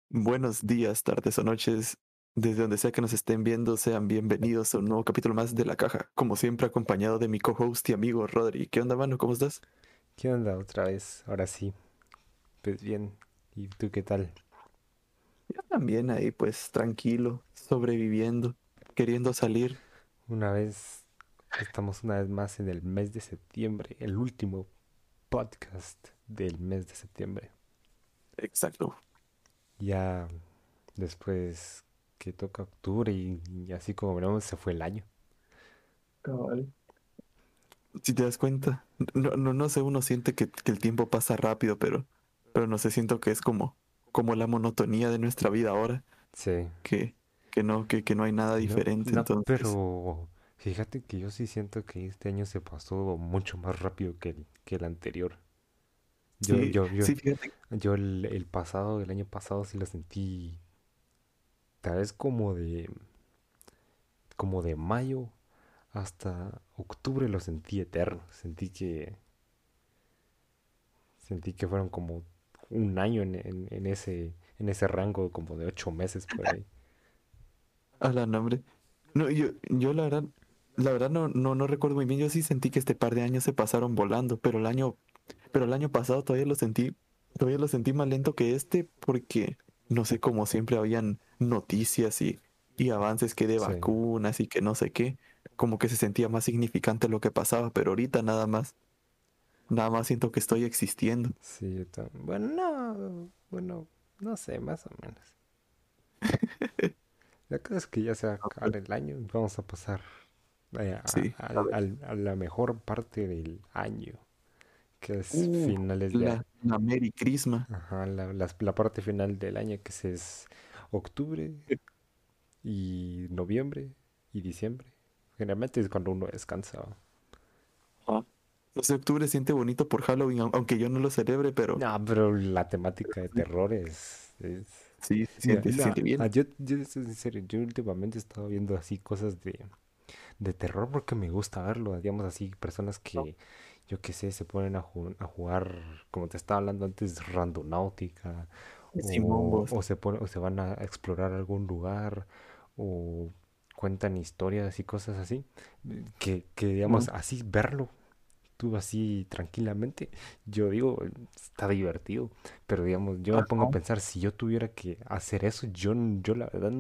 Buenos días, tardes o noches. Desde donde sea que nos estén viendo, sean bienvenidos a un nuevo capítulo más de La Caja. Como siempre, acompañado de mi co-host y amigo Rodri. ¿Qué onda, mano? ¿Cómo estás? ¿Qué onda otra vez? Ahora sí. Pues bien. ¿Y tú qué tal? Yo también ahí, pues, tranquilo, sobreviviendo, queriendo salir. Estamos una vez más en el mes de septiembre, el último podcast del mes de septiembre. Exacto. Ya después que toca octubre y así como veremos se fue el año. Cabal. Si te das cuenta, no sé, uno siente que el tiempo pasa rápido, pero no sé, siento que es como la monotonía de nuestra vida ahora, Sí. que, que no hay nada No, diferente, no, entonces. pero fíjate que yo sí siento que este año se pasó mucho más rápido que el anterior. Yo, Sí, yo, yo, sí, fíjate. yo el año pasado sí lo sentí tal vez como de mayo hasta octubre lo sentí eterno. Sentí que fueron como un año en ese rango como de 8 meses por ahí. A la nombre. No, yo la verdad no recuerdo muy bien. Yo sí sentí que este par de años se pasaron volando, pero el año pasado todavía lo sentí más lento que este, porque no sé, como siempre habían noticias y avances que de Sí, vacunas y que no sé qué, como que se sentía más significante lo que pasaba, pero ahorita nada más siento que estoy existiendo. sí, yo también. Bueno, no, bueno, no sé, más o menos. La cosa es que ya se va a acabar el año y vamos a pasar Sí, a ver. a la mejor parte del año, que es Uh, finales de, la Merry Christmas. ajá, la parte final del año, es octubre y noviembre y diciembre. Generalmente es cuando uno descansa. ¿Va? Ah. No sé, octubre siente bonito por Halloween, aunque yo no lo celebre, pero No, pero la temática de terror sí, se Mira, siente, se no, siente bien. yo en serio, yo últimamente he estado viendo así cosas de terror porque me gusta verlo, digamos así, personas que, yo qué sé, se ponen a jugar, como te estaba hablando antes, Randonáutica, Simón, vos. o se van a explorar algún lugar, o cuentan historias y cosas así, que digamos, Simón. así verlo tú así tranquilamente, yo digo, está divertido, pero digamos, yo me pongo a Ajá. pensar, si yo tuviera que hacer eso, yo la verdad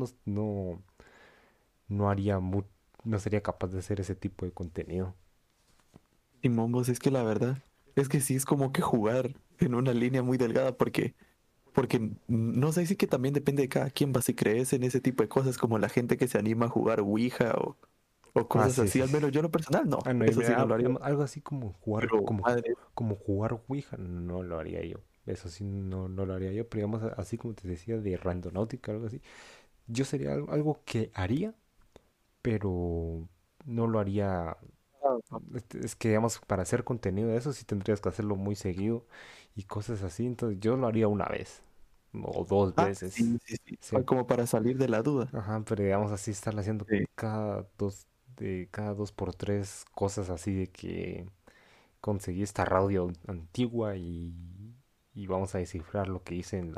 no haría no sería capaz de hacer ese tipo de contenido. Simón, vos, es que la verdad es que sí es como que jugar en una línea muy delgada, porque no sé si que también depende de cada quien, va, si crees en ese tipo de cosas, como la gente que se anima a jugar Ouija o Ah, cosas sí, así. sí, Al sí. menos yo en lo personal no, Ah, no, eso sí no lo haría. digamos, algo así como jugar, Pero madre, como jugar Ouija, no lo haría yo. Eso sí, no lo haría yo, pero digamos, así como te decía, de Randonáutica, algo así. Yo sería algo que haría, pero no lo haría. Es que, digamos, para hacer contenido de eso sí tendrías que hacerlo muy seguido y cosas así. Entonces yo lo haría una vez o dos veces. sí, sí, sí, Sí. como para salir de la duda. Ajá, pero digamos así estar haciendo Sí. cada dos por tres cosas así de que conseguí esta radio antigua y vamos a descifrar lo que dicen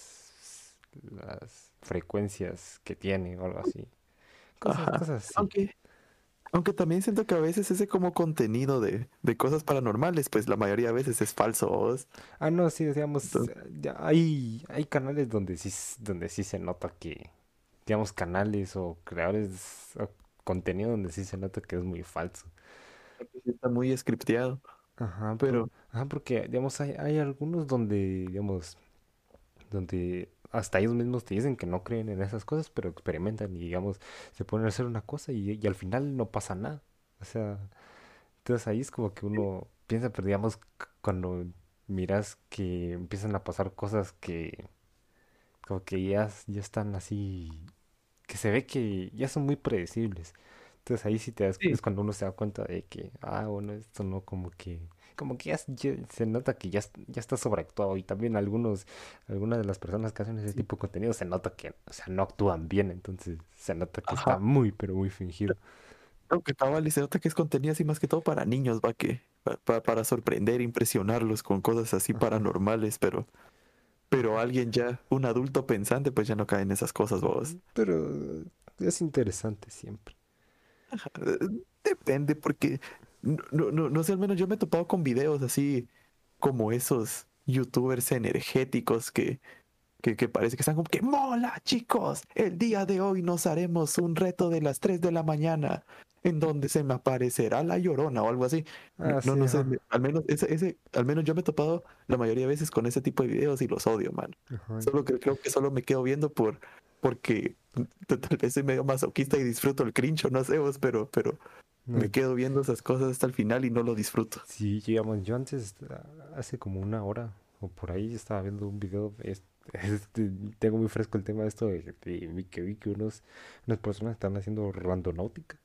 las frecuencias que tiene o algo así. Ajá. Cosas así. Aunque también siento que a veces ese como contenido de cosas paranormales, pues la mayoría de veces es falso, ¿vos? Ah, no, sí, digamos, Entonces, ya hay canales donde sí se nota que, digamos, canales o creadores o contenido donde sí se nota que es muy falso. porque sí está muy scripteado, pero Porque, digamos, hay algunos donde, digamos, donde hasta ellos mismos te dicen que no creen en esas cosas, pero experimentan y, digamos, se ponen a hacer una cosa y al final no pasa nada. O sea, entonces ahí es como que uno piensa, pero digamos, cuando miras que empiezan a pasar cosas que como que ya están así, que se ve que ya son muy predecibles. Entonces ahí sí sí, es cuando uno se da cuenta de que, bueno, esto no como que se nota que ya está sobreactuado y también algunas de las personas que hacen ese sí. tipo de contenido se nota que, o sea, no actúan bien, entonces se nota que Ajá. está muy, pero muy fingido. Aunque cabal y se nota que es contenido así más que todo para niños, va que para sorprender, impresionarlos con cosas así Ajá. paranormales, pero pero alguien ya, un adulto pensante, pues ya no cae en esas cosas, vos. Pero es interesante siempre. Eh, Depende, porque no sé, al menos yo me he topado con videos así como esos youtubers energéticos que parece que están como que mola, chicos, el día de hoy nos haremos un reto de las 3 de la mañana en donde se me aparecerá la Llorona o algo así. Ah, sí, No sé, ajá. al menos al menos yo me he topado la mayoría de veces con ese tipo de videos y los odio, man. Ajá. Solo que creo que solo me quedo viendo porque tal vez soy medio masoquista y disfruto el cringe, o no sé vos, pero No, me quedo viendo esas cosas hasta el final y no lo disfruto. sí, digamos, yo antes, hace como una hora o por ahí, estaba viendo un video. Tengo muy fresco el tema de esto que vi que unas personas están haciendo randonáutica.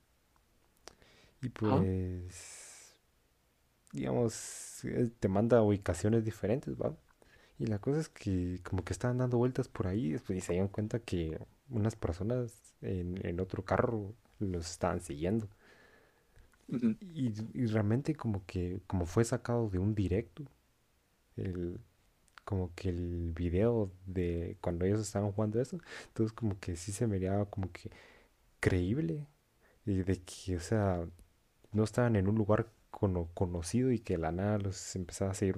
Y Ajá. pues, digamos, te manda ubicaciones diferentes, ¿va? Y la cosa es que como que estaban dando vueltas por ahí después, y se dieron cuenta que unas personas en otro carro los estaban siguiendo. Ujú. Y realmente como que como fue sacado de un directo, el, como que el video de cuando ellos estaban jugando eso, entonces como que sí se miraba como que creíble, y de que, o sea, no estaban en un lugar conocido y que de la nada los empezaba a seguir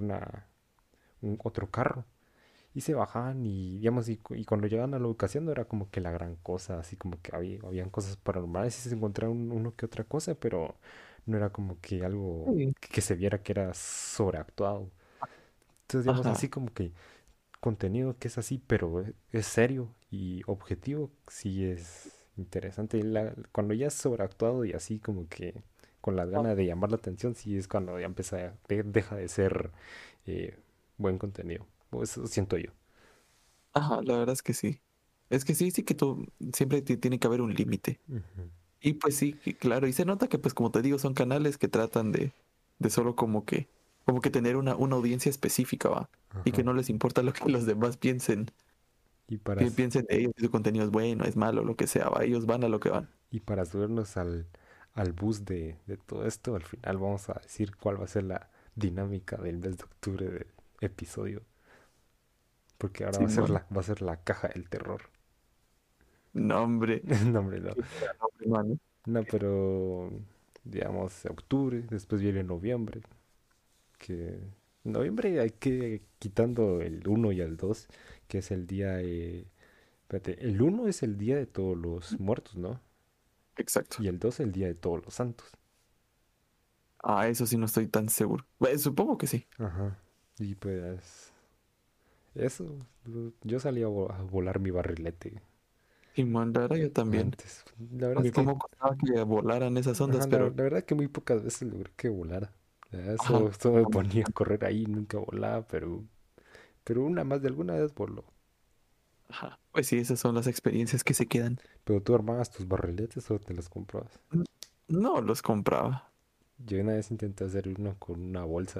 otro carro. Y se bajaban y, digamos, y cuando llegaban a la ubicación no era como que la gran cosa, así como que habían cosas paranormales y se encontraban uno que otra cosa, pero no era como que algo Sí. que se viera que era sobreactuado. Entonces, digamos, así Ajá. como que contenido que es así, pero es serio y objetivo, sí es interesante. Cuando ya es sobreactuado y así como que con las ganas de llamar la atención, sí es cuando ya deja de ser eh, buen contenido. O eso siento yo. Ajá, la verdad es que sí. Es que sí, sí que tú siempre tiene que haber un límite. Ujú. Y pues sí, claro, y se nota que pues como te digo, son canales que tratan de solo como que tener una audiencia específica, ¿va? Y que Ajá. no les importa lo que los demás piensen, Y para, piensen de ellos, si su contenido es bueno, es malo, lo que sea, ¿va? Ellos van a lo que van. y para subirnos al bus de todo esto, al final vamos a decir cuál va a ser la dinámica del mes de octubre del episodio. Porque ahora Simón. va a ser la caja del terror. No, hombre. No, hombre, no. Qué gran nombre, mano. No, pero digamos octubre, después viene noviembre, que noviembre hay que quitando el uno y el 2 que es el día espérate, el uno es el día de todos los muertos, ¿no? Exacto. Y el 2 el día de todos los santos. Ah, eso sí no estoy tan seguro. Supongo que sí. Ajá. Y pues eso, yo salí a volar mi barrilete Simón, la verdad yo también. antes. La verdad es Aunque que, cómo costaba que volaran esas ajá, ondas, la verdad que muy pocas veces logré que volara. La verdad, ajá. solo me ponía a correr ahí, nunca volaba, pero una más de alguna vez voló. Ajá. Pues sí, esas son las experiencias que se quedan. Pero tú armabas tus barriletes o te los comprabas. N- No los compraba. Yo una vez intenté hacer uno con una bolsa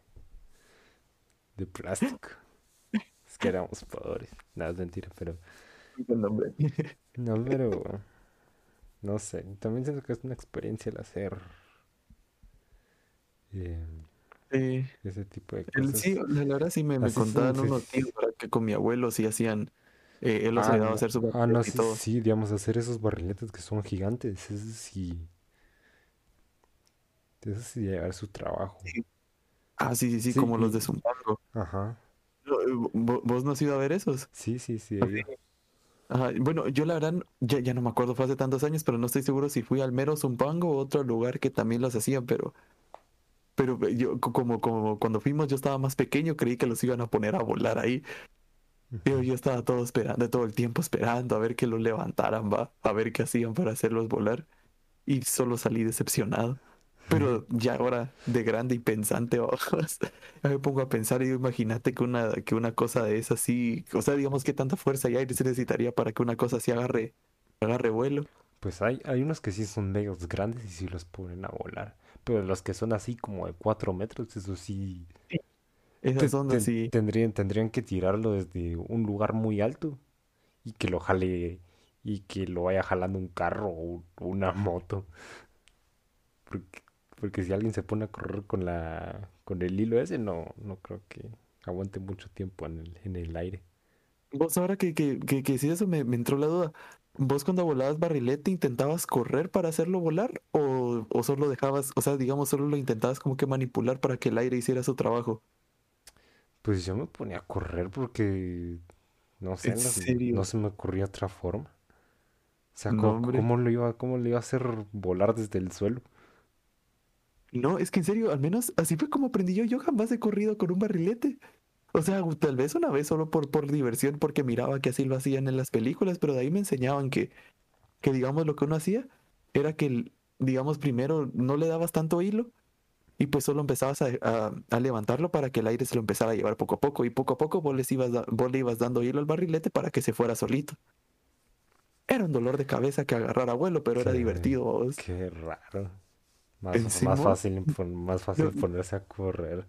de plástico. Es que éramos pobres. Nada, es mentira, pero... El nombre. No, pero... No sé. También siento que es una experiencia el hacer eh, Sí, ese tipo de sí, cosas. la verdad sí me Así son... contaban unos tíos, ¿verdad? Que con mi abuelo sí hacían, él los Ah, ayudaba a no, hacer su no, papel y sí, todo. sí, digamos, hacer esos barriletes que son gigantes. Eso sí llevar su trabajo. Sí. Ah, sí, sí, sí, Sí, como los de Zumpango. ajá. No, ¿Vos no has ido a ver esos? Sí, sí, sí, he Ah, ido. sí. Ajá, bueno, yo la verdad ya no me acuerdo, fue hace tantos años, pero no estoy seguro si fui al mero Zumpango o otro lugar que también los hacían, pero yo como cuando fuimos yo estaba más pequeño, creí que los iban a poner a volar ahí. Yo estaba todo esperando, todo el tiempo esperando a ver que los levantaran, va, a ver qué hacían para hacerlos volar. Y solo salí decepcionado. Pero ya ahora, de grande y pensante, ojos, ya me pongo a pensar y digo, imagínate que una cosa de esa así, o sea, digamos que tanta fuerza y aire se necesitaría para que una cosa así agarre vuelo. Pues hay unos que sí son medios grandes y sí los ponen a volar. Pero los que son así como de 4 metros, eso sí Sí. Esas ondas sí, tendrían que tirarlo desde un lugar muy alto y que lo jale y que lo vaya jalando un carro o una moto. Porque, porque si alguien se pone a correr con el hilo ese, no creo que. aguante mucho tiempo en el aire. Vos ahora que sí eso me entró la duda. ¿Vos cuando volabas barrilete intentabas correr para hacerlo volar o solo dejabas, o sea, digamos, solo lo intentabas como que manipular para que el aire hiciera su trabajo? Pues yo me ponía a correr porque, no sé, ¿En no serio? se me ocurría otra forma. O sea, No, hombre. cómo lo iba a hacer volar desde el suelo? No, es que en serio, al menos así fue como aprendí yo. Yo jamás he corrido con un barrilete. O sea, tal vez una vez solo por diversión, porque miraba que así lo hacían en las películas, pero de ahí me enseñaban que digamos, lo que uno hacía era que, digamos, primero no le dabas tanto hilo y pues solo empezabas a levantarlo para que el aire se lo empezara a llevar poco a poco y poco a poco vos le ibas dando hilo al barrilete para que se fuera solito. Era un dolor de cabeza que agarrar a vuelo, pero era Qué, divertido, ¿vos? qué raro. En Simón, Más no, fácil ponerse a correr.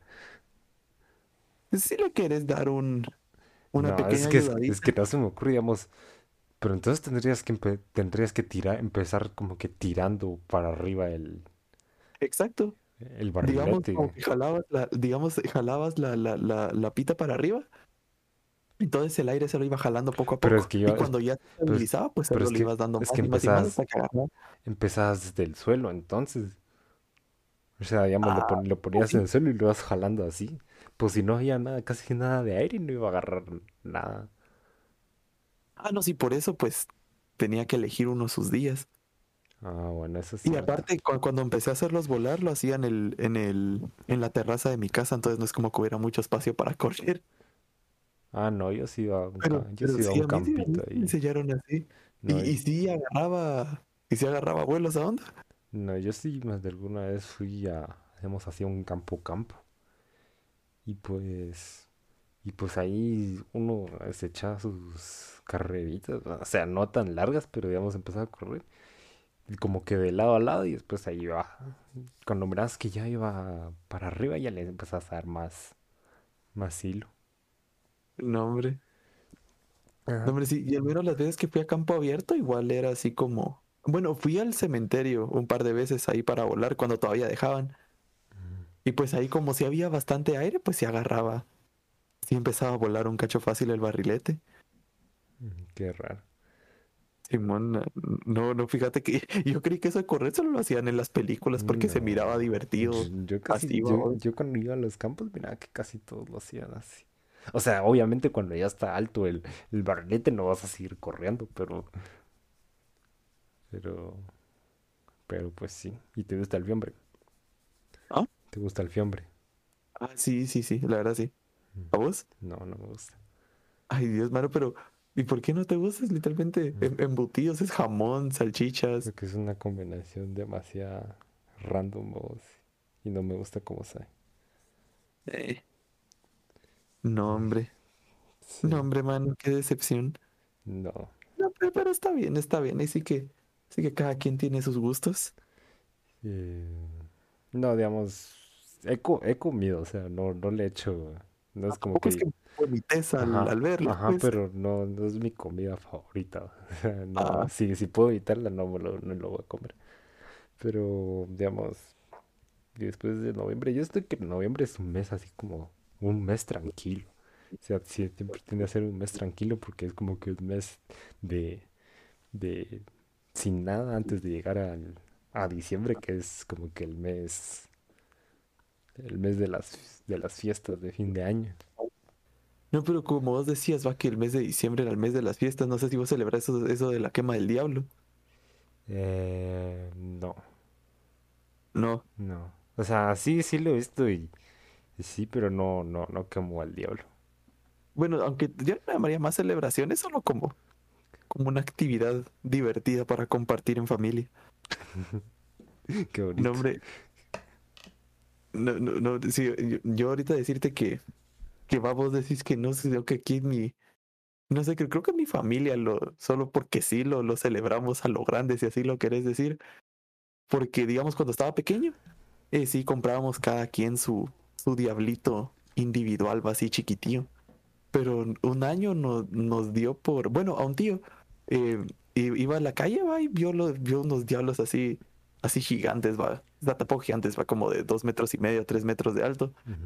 si le quieres dar una No, pequeña es ayudadita. que no se me ocurre, digamos. Pero entonces tendrías que tirar, empezar como que tirando para arriba Exacto. el Digamos, como barrilete. que jalabas la pita para arriba, entonces el aire se lo iba jalando poco a Pero es poco. que Y yo, cuando ya se pero es, estabilizaba, pues pero solo le ibas dando es más que y más y más hasta que agarraba. empezabas desde el suelo, entonces. O sea, digamos, Ah, lo ponías en sí. el suelo y lo ibas jalando así. Pues si no había nada, casi nada de aire, no iba a agarrar nada. Ah, no, sí, por eso pues tenía que elegir uno sus días. Ah, bueno, eso es Y cierto. aparte, cuando empecé a hacerlos volar, lo hacía en la terraza de mi casa, entonces no es como que hubiera mucho espacio para correr. Ah, no, yo Pero sí iba a sí, un a mí campito sí me ahí. enseñaron así. No, Y sí agarraba vuelos a onda. no, yo sí más de alguna vez hacemos así un campo. Y pues, y pues ahí uno se echaba sus carreritas, o sea, no tan largas, pero digamos empezaba a correr. Y como que de lado a lado y después ahí iba. Cuando miras que ya iba para arriba, ya le empezás a dar más hilo. No, hombre. No, Ajá. hombre, sí. Y al menos las veces que fui a campo abierto, igual era así como. Bueno, fui al cementerio un par de veces ahí para volar cuando todavía dejaban. Y pues ahí, como si había bastante aire, pues se agarraba. Sí empezaba a volar un cacho fácil el barrilete. Qué raro. Simón, no, no, fíjate que yo creí que eso de correr solo lo hacían en las películas porque se miraba No, divertido. Así, vamos. yo cuando iba a los campos, miraba que casi todos lo hacían así. O sea, obviamente cuando ya está alto el barrilete no vas a seguir corriendo, pero, pero pues sí. ¿Y te gusta el fiambre? ¿Ah? ¿Te gusta el fiambre? Ah, sí, sí, sí, la verdad sí. ¿A vos? No, no me gusta. Ay, Dios, mano, pero ¿y por qué no te gustas? Literalmente, embutidos es jamón, salchichas. Porque es una combinación demasiado random, vos, y no me gusta cómo sabe. Eh, no, hombre. No, Sí, hombre, mano, qué decepción. no. No, pero está bien, está bien. Y sí que cada quien tiene sus gustos. Eh, no, digamos, he comido, o sea, no le he hecho, no es como Tampoco es que, que vomites ajá, al verlo, ajá, pues. pero no es mi comida favorita. O sea, no, Ah, si puedo evitarla, no lo voy a comer. Pero, digamos, y después de noviembre, yo estoy que noviembre es un mes así como un mes tranquilo. O sea, sí, siempre tiende a ser un mes tranquilo porque es como que un mes de, de sin nada antes de llegar a diciembre, que es como que el mes de las fiestas de fin de año. no, pero como vos decías, va que el mes de diciembre era el mes de las fiestas. No sé si vos celebras eso de la quema del diablo. No, No. no. O sea, sí lo he visto y sí, pero no quemo al diablo. Bueno, aunque yo no le llamaría más celebraciones, solo como una actividad divertida para compartir en familia. Qué No, bonito. hombre, no, no, no, sí, yo ahorita decirte que va, vos decís que no sé, que aquí en no sé, creo que en mi familia solo porque sí lo celebramos a lo grande, si así lo querés decir, porque digamos cuando estaba pequeño, sí comprábamos cada quien su diablito individual, va así chiquitillo, pero un año nos dio bueno, a un tío, eh, iba a la calle, va, y vio unos diablos así gigantes, va, o sea, tampoco gigantes, va como de 2 metros y medio, 3 metros de alto. Ujú.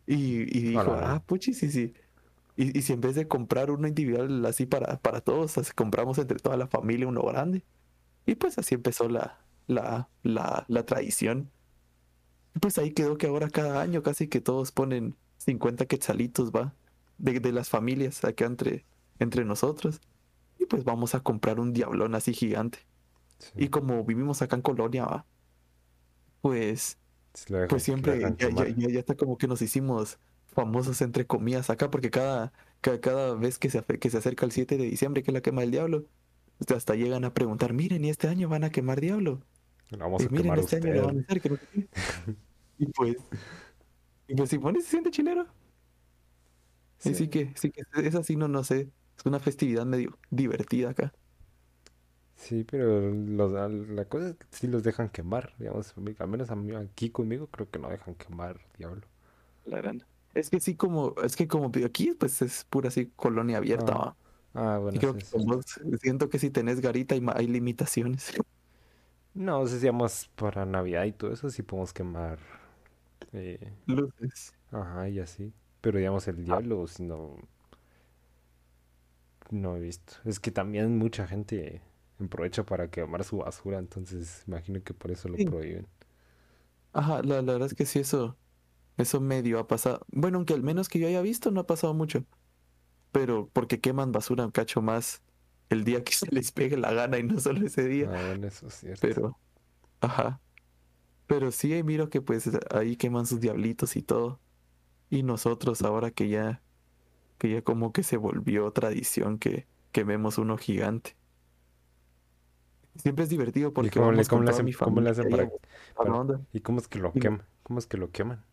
Y A dijo, la ah, gran. puchi, sí, sí. Y si en vez de comprar uno individual así para todos, así compramos entre toda la familia uno grande. Y pues así empezó la tradición. Y pues ahí quedó que ahora cada año casi que todos ponen 50 quetzalitos, va, de las familias acá entre nosotros. Y pues vamos a comprar un diablón así gigante. Sí. Y como vivimos acá en Colonia, va, pues, Sí, lo pues dejan, lo siempre dejan quemar. ya está como que nos hicimos famosos entre comillas acá, porque cada vez que se acerca el 7 de diciembre, que es la quema del diablo, hasta llegan a preguntar, miren, ¿y este año van a quemar diablo? Lo vamos a Miren, quemar a este año lo usted. van a hacer, que no sé qué. Y pues, Simón se siente chilero. Y Sí. sí que es así, no, no sé. Es una festividad medio divertida acá, Sí, pero la cosa es que sí los dejan quemar, digamos, al menos a mí, aquí conmigo creo que no dejan quemar, diablo. la gran. Es que como aquí, pues es pura así colonia abierta, Ah, ¿va? Y bueno, creo sí que es con cierto. vos, siento que si tenés garita hay limitaciones. No, si digamos para Navidad y todo eso sí podemos quemar, eh, Luces. ajá, y así. Pero digamos el Ah, diablo, si no, no he visto. Es que también mucha gente aprovecha para quemar su basura, entonces imagino que por eso lo sí. prohíben. Ajá, la verdad es que sí, eso medio ha pasado. Bueno, aunque al menos que yo haya visto, no ha pasado mucho. Pero porque queman basura un cacho más el día que se les pegue la gana y no solo ese día. Ah, bueno, eso es cierto. Pero, ajá. Pero sí, miro que pues ahí queman sus diablitos y todo. Y nosotros ahora que ya como que se volvió tradición que quememos uno gigante. Siempre es divertido ¿Y porque vamos cómo con le toda hacen, mi cómo le familia hacen ahí a buscar la para, onda. y cómo es que lo Y no- queman? ¿Cómo es que lo queman?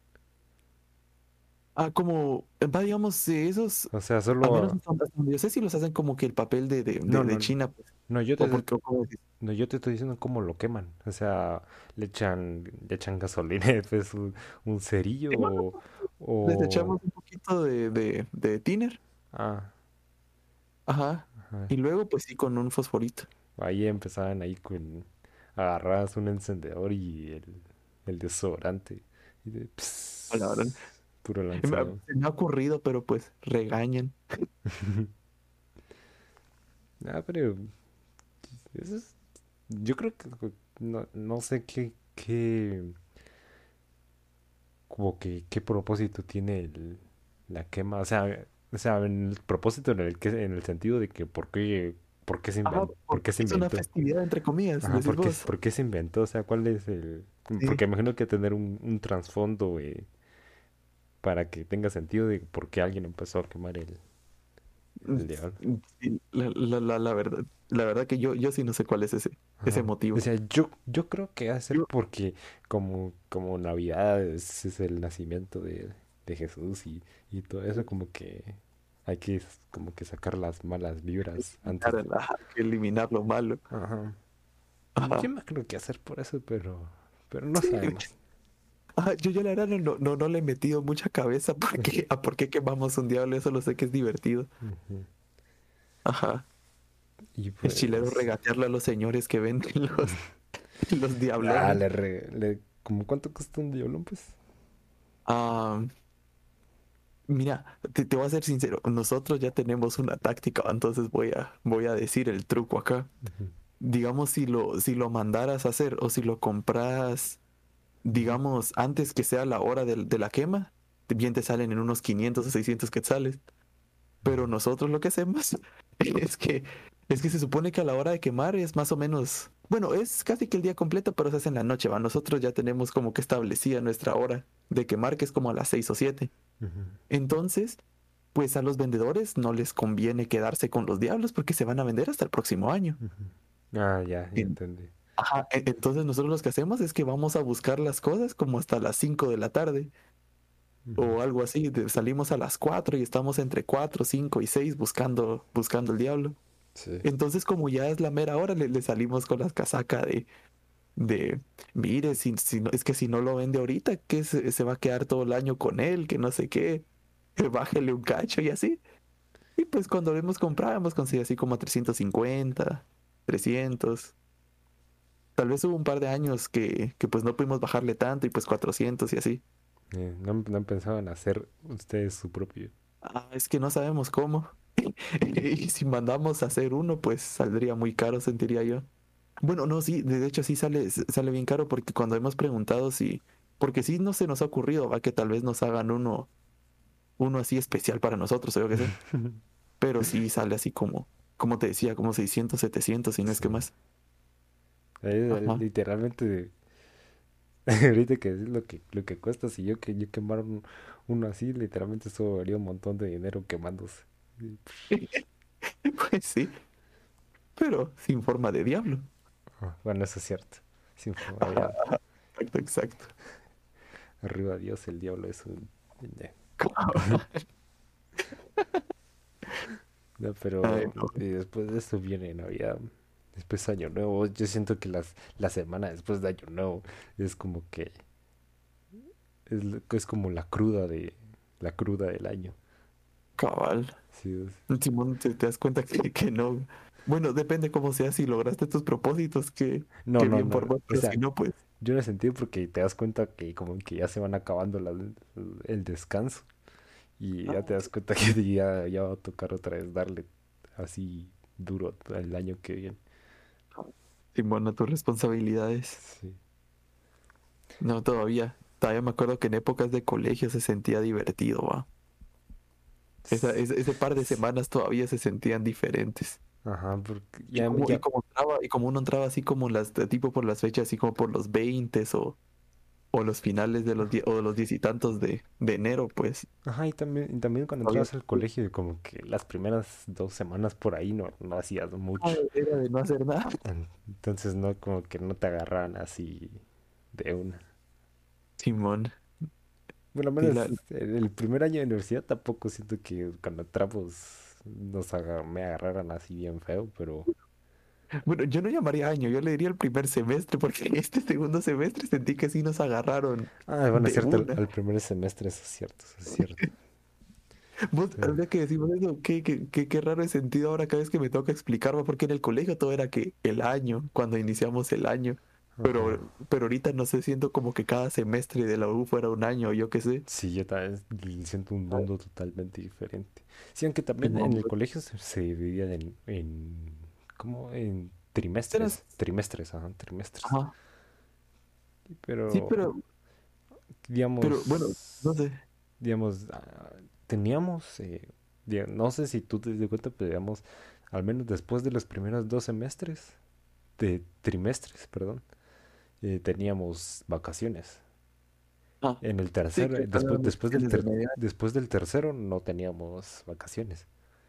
como, va, digamos, esos, O sea, al menos solo, hasta donde yo sé si los hacen como que el papel no, de no, China, pues. no, O porque, o como decís, no, yo te estoy diciendo cómo lo queman. O sea, le echan gasolina, pues un cerillo "Simón, les o, echamos un poquito de tiner, ah, ajá. ajá. Y luego, pues sí, con un fosforito. Ahí empezaban ahí con agarras un encendedor y el desodorante. Y La verdad. puro lanzado. Se me ha ocurrido, pero pues regañan. Ah, pero eso es, yo creo que no, no sé como que qué propósito tiene la quema. O sea, en el propósito en el sentido de que por qué Ajá, por qué porque se es una inventó. festividad, entre comillas, Ajá, decís vos. por qué se inventó, o sea, cuál es el... Sí. Porque imagino que tener un trasfondo para que tenga sentido de por qué alguien empezó a quemar el diablo. Sí, la verdad que yo sí no sé cuál es ese Ajá. O motivo. sea, yo creo que va a ser Yo, porque como Navidad es el nacimiento de Jesús y todo eso, como que hay que como que sacar las malas vibras antes de... ajá, hay que eliminar lo malo. Ajá. Yo Ajá. me creo que hacer por eso, pero no Sí, sabemos. ajá, yo la verdad no le he metido mucha cabeza porque a por qué quemamos un diablo, eso lo sé que es divertido. Ujú. Ajá. Y Es chilero pues... regatearle a los señores que venden los Ah, diablones. ¿cómo cuánto cuesta un diablón, pues? Ah, mira, te voy a ser sincero, nosotros ya tenemos una táctica, entonces voy a decir el truco acá. Ujú, Digamos, si lo mandaras a hacer o si lo compras, ujú, digamos, antes que sea la hora de la quema, bien te salen en unos 500 o 600 quetzales. Pero nosotros lo que hacemos es que, es que se supone que a la hora de quemar es más o menos, bueno, es casi que el día completo, pero se hace en la noche, ¿va? Nosotros ya tenemos como que establecida nuestra hora de quemar, que es como a las 6 o 7. ujú, Entonces, pues a los vendedores no les conviene quedarse con los diablos porque se van a vender hasta el próximo año. ujú. Ah, ya En- entendí. Ajá, entonces nosotros lo que hacemos es que vamos a buscar las cosas como hasta las 5 de la tarde Ujú, o algo así. Salimos a las 4 y estamos entre 4 5 y 6 buscando el diablo. sí. Entonces, como ya es la mera hora, le salimos con las casacas de mire, es que si no lo vende ahorita, que se va a quedar todo el año con él, que no sé qué, bájele un cacho y así. Y pues cuando lo hemos comprado, hemos conseguido así como a 350 300. Tal vez hubo un par de años que pues no pudimos bajarle tanto y pues 400 y así. No han pensado en hacer ustedes su propio. Ah, es que no sabemos cómo. Y si mandamos a hacer uno, pues saldría muy caro, sentiría yo. Bueno, no, sí, de hecho sí sale bien caro porque cuando hemos preguntado si, porque sí no se nos ha ocurrido, va que tal vez nos hagan uno así especial para nosotros, o yo qué sé, pero sí sale así como te decía, como 600 700 y no es Sí. que más. Ajá. Literalmente, ahorita que es lo que cuesta, si yo quemar uno así, literalmente eso haría un montón de dinero quemándose. Y, Pues sí, pero sin forma de diablo. bueno, eso es cierto. Sin Ajá, ya, exacto, exacto. arriba Dios, el diablo es un... ya. No, Ay, pero no, y después de eso viene Navidad, después Año Nuevo. Yo siento que la semana después de Año Nuevo es como que es como la cruda del año. cabal. Sí, Simón, te das cuenta que no. Bueno, depende cómo sea, si lograste tus propósitos, no, que no, bien no. por vos, O pero sea, si no, pues. yo lo he sentido porque te das cuenta que como que ya se van acabando el descanso y ya te das cuenta que ya va a tocar otra vez darle así duro el año que viene. Simón, a tus responsabilidades. Sí. No, todavía me acuerdo que en épocas de colegio se sentía divertido, va. Ese par de semanas todavía se sentían diferentes. Ajá, porque Y ya, como, y ya, como entraba, y como uno entraba así como tipo por las fechas, así como por los 20 o los finales de o de los 10 y tantos de enero, pues ajá, y también cuando todavía entrabas al colegio, como que las primeras 2 semanas por ahí no hacías mucho. era de no hacer nada. Entonces no, como que no te agarran así de una. Simón, Bueno, al sí, menos el primer año de universidad tampoco siento que cuando entramos me agarraran así bien feo, pero... bueno, yo no llamaría año, yo le diría el primer semestre, porque este segundo semestre sentí que sí nos agarraron Ah, bueno, es de cierto, una. al primer semestre, eso es cierto, eso es cierto. Vos, Pero, ahora que decimos eso, qué raro he sentido ahora cada vez que me toca explicarlo, porque en el colegio todo era que el año, cuando iniciamos el año, ajá. pero ahorita no sé, siento como que cada semestre de la U fuera un año, yo qué sé. Sí, yo también siento un mundo totalmente diferente. Sí, aunque también en Simón, el pues, colegio se dividía ¿cómo? En eras- trimestres, ajá, trimestres. ajá, sí, Pero, pero bueno, no digamos, sé. digamos, teníamos, no sé si tú te das cuenta, pero digamos, al menos después de los primeros 2 semestres, de trimestres, perdón, teníamos vacaciones. Ah, En el sí, tercero, que eran las vacaciones de medio año. después del tercero no teníamos vacaciones.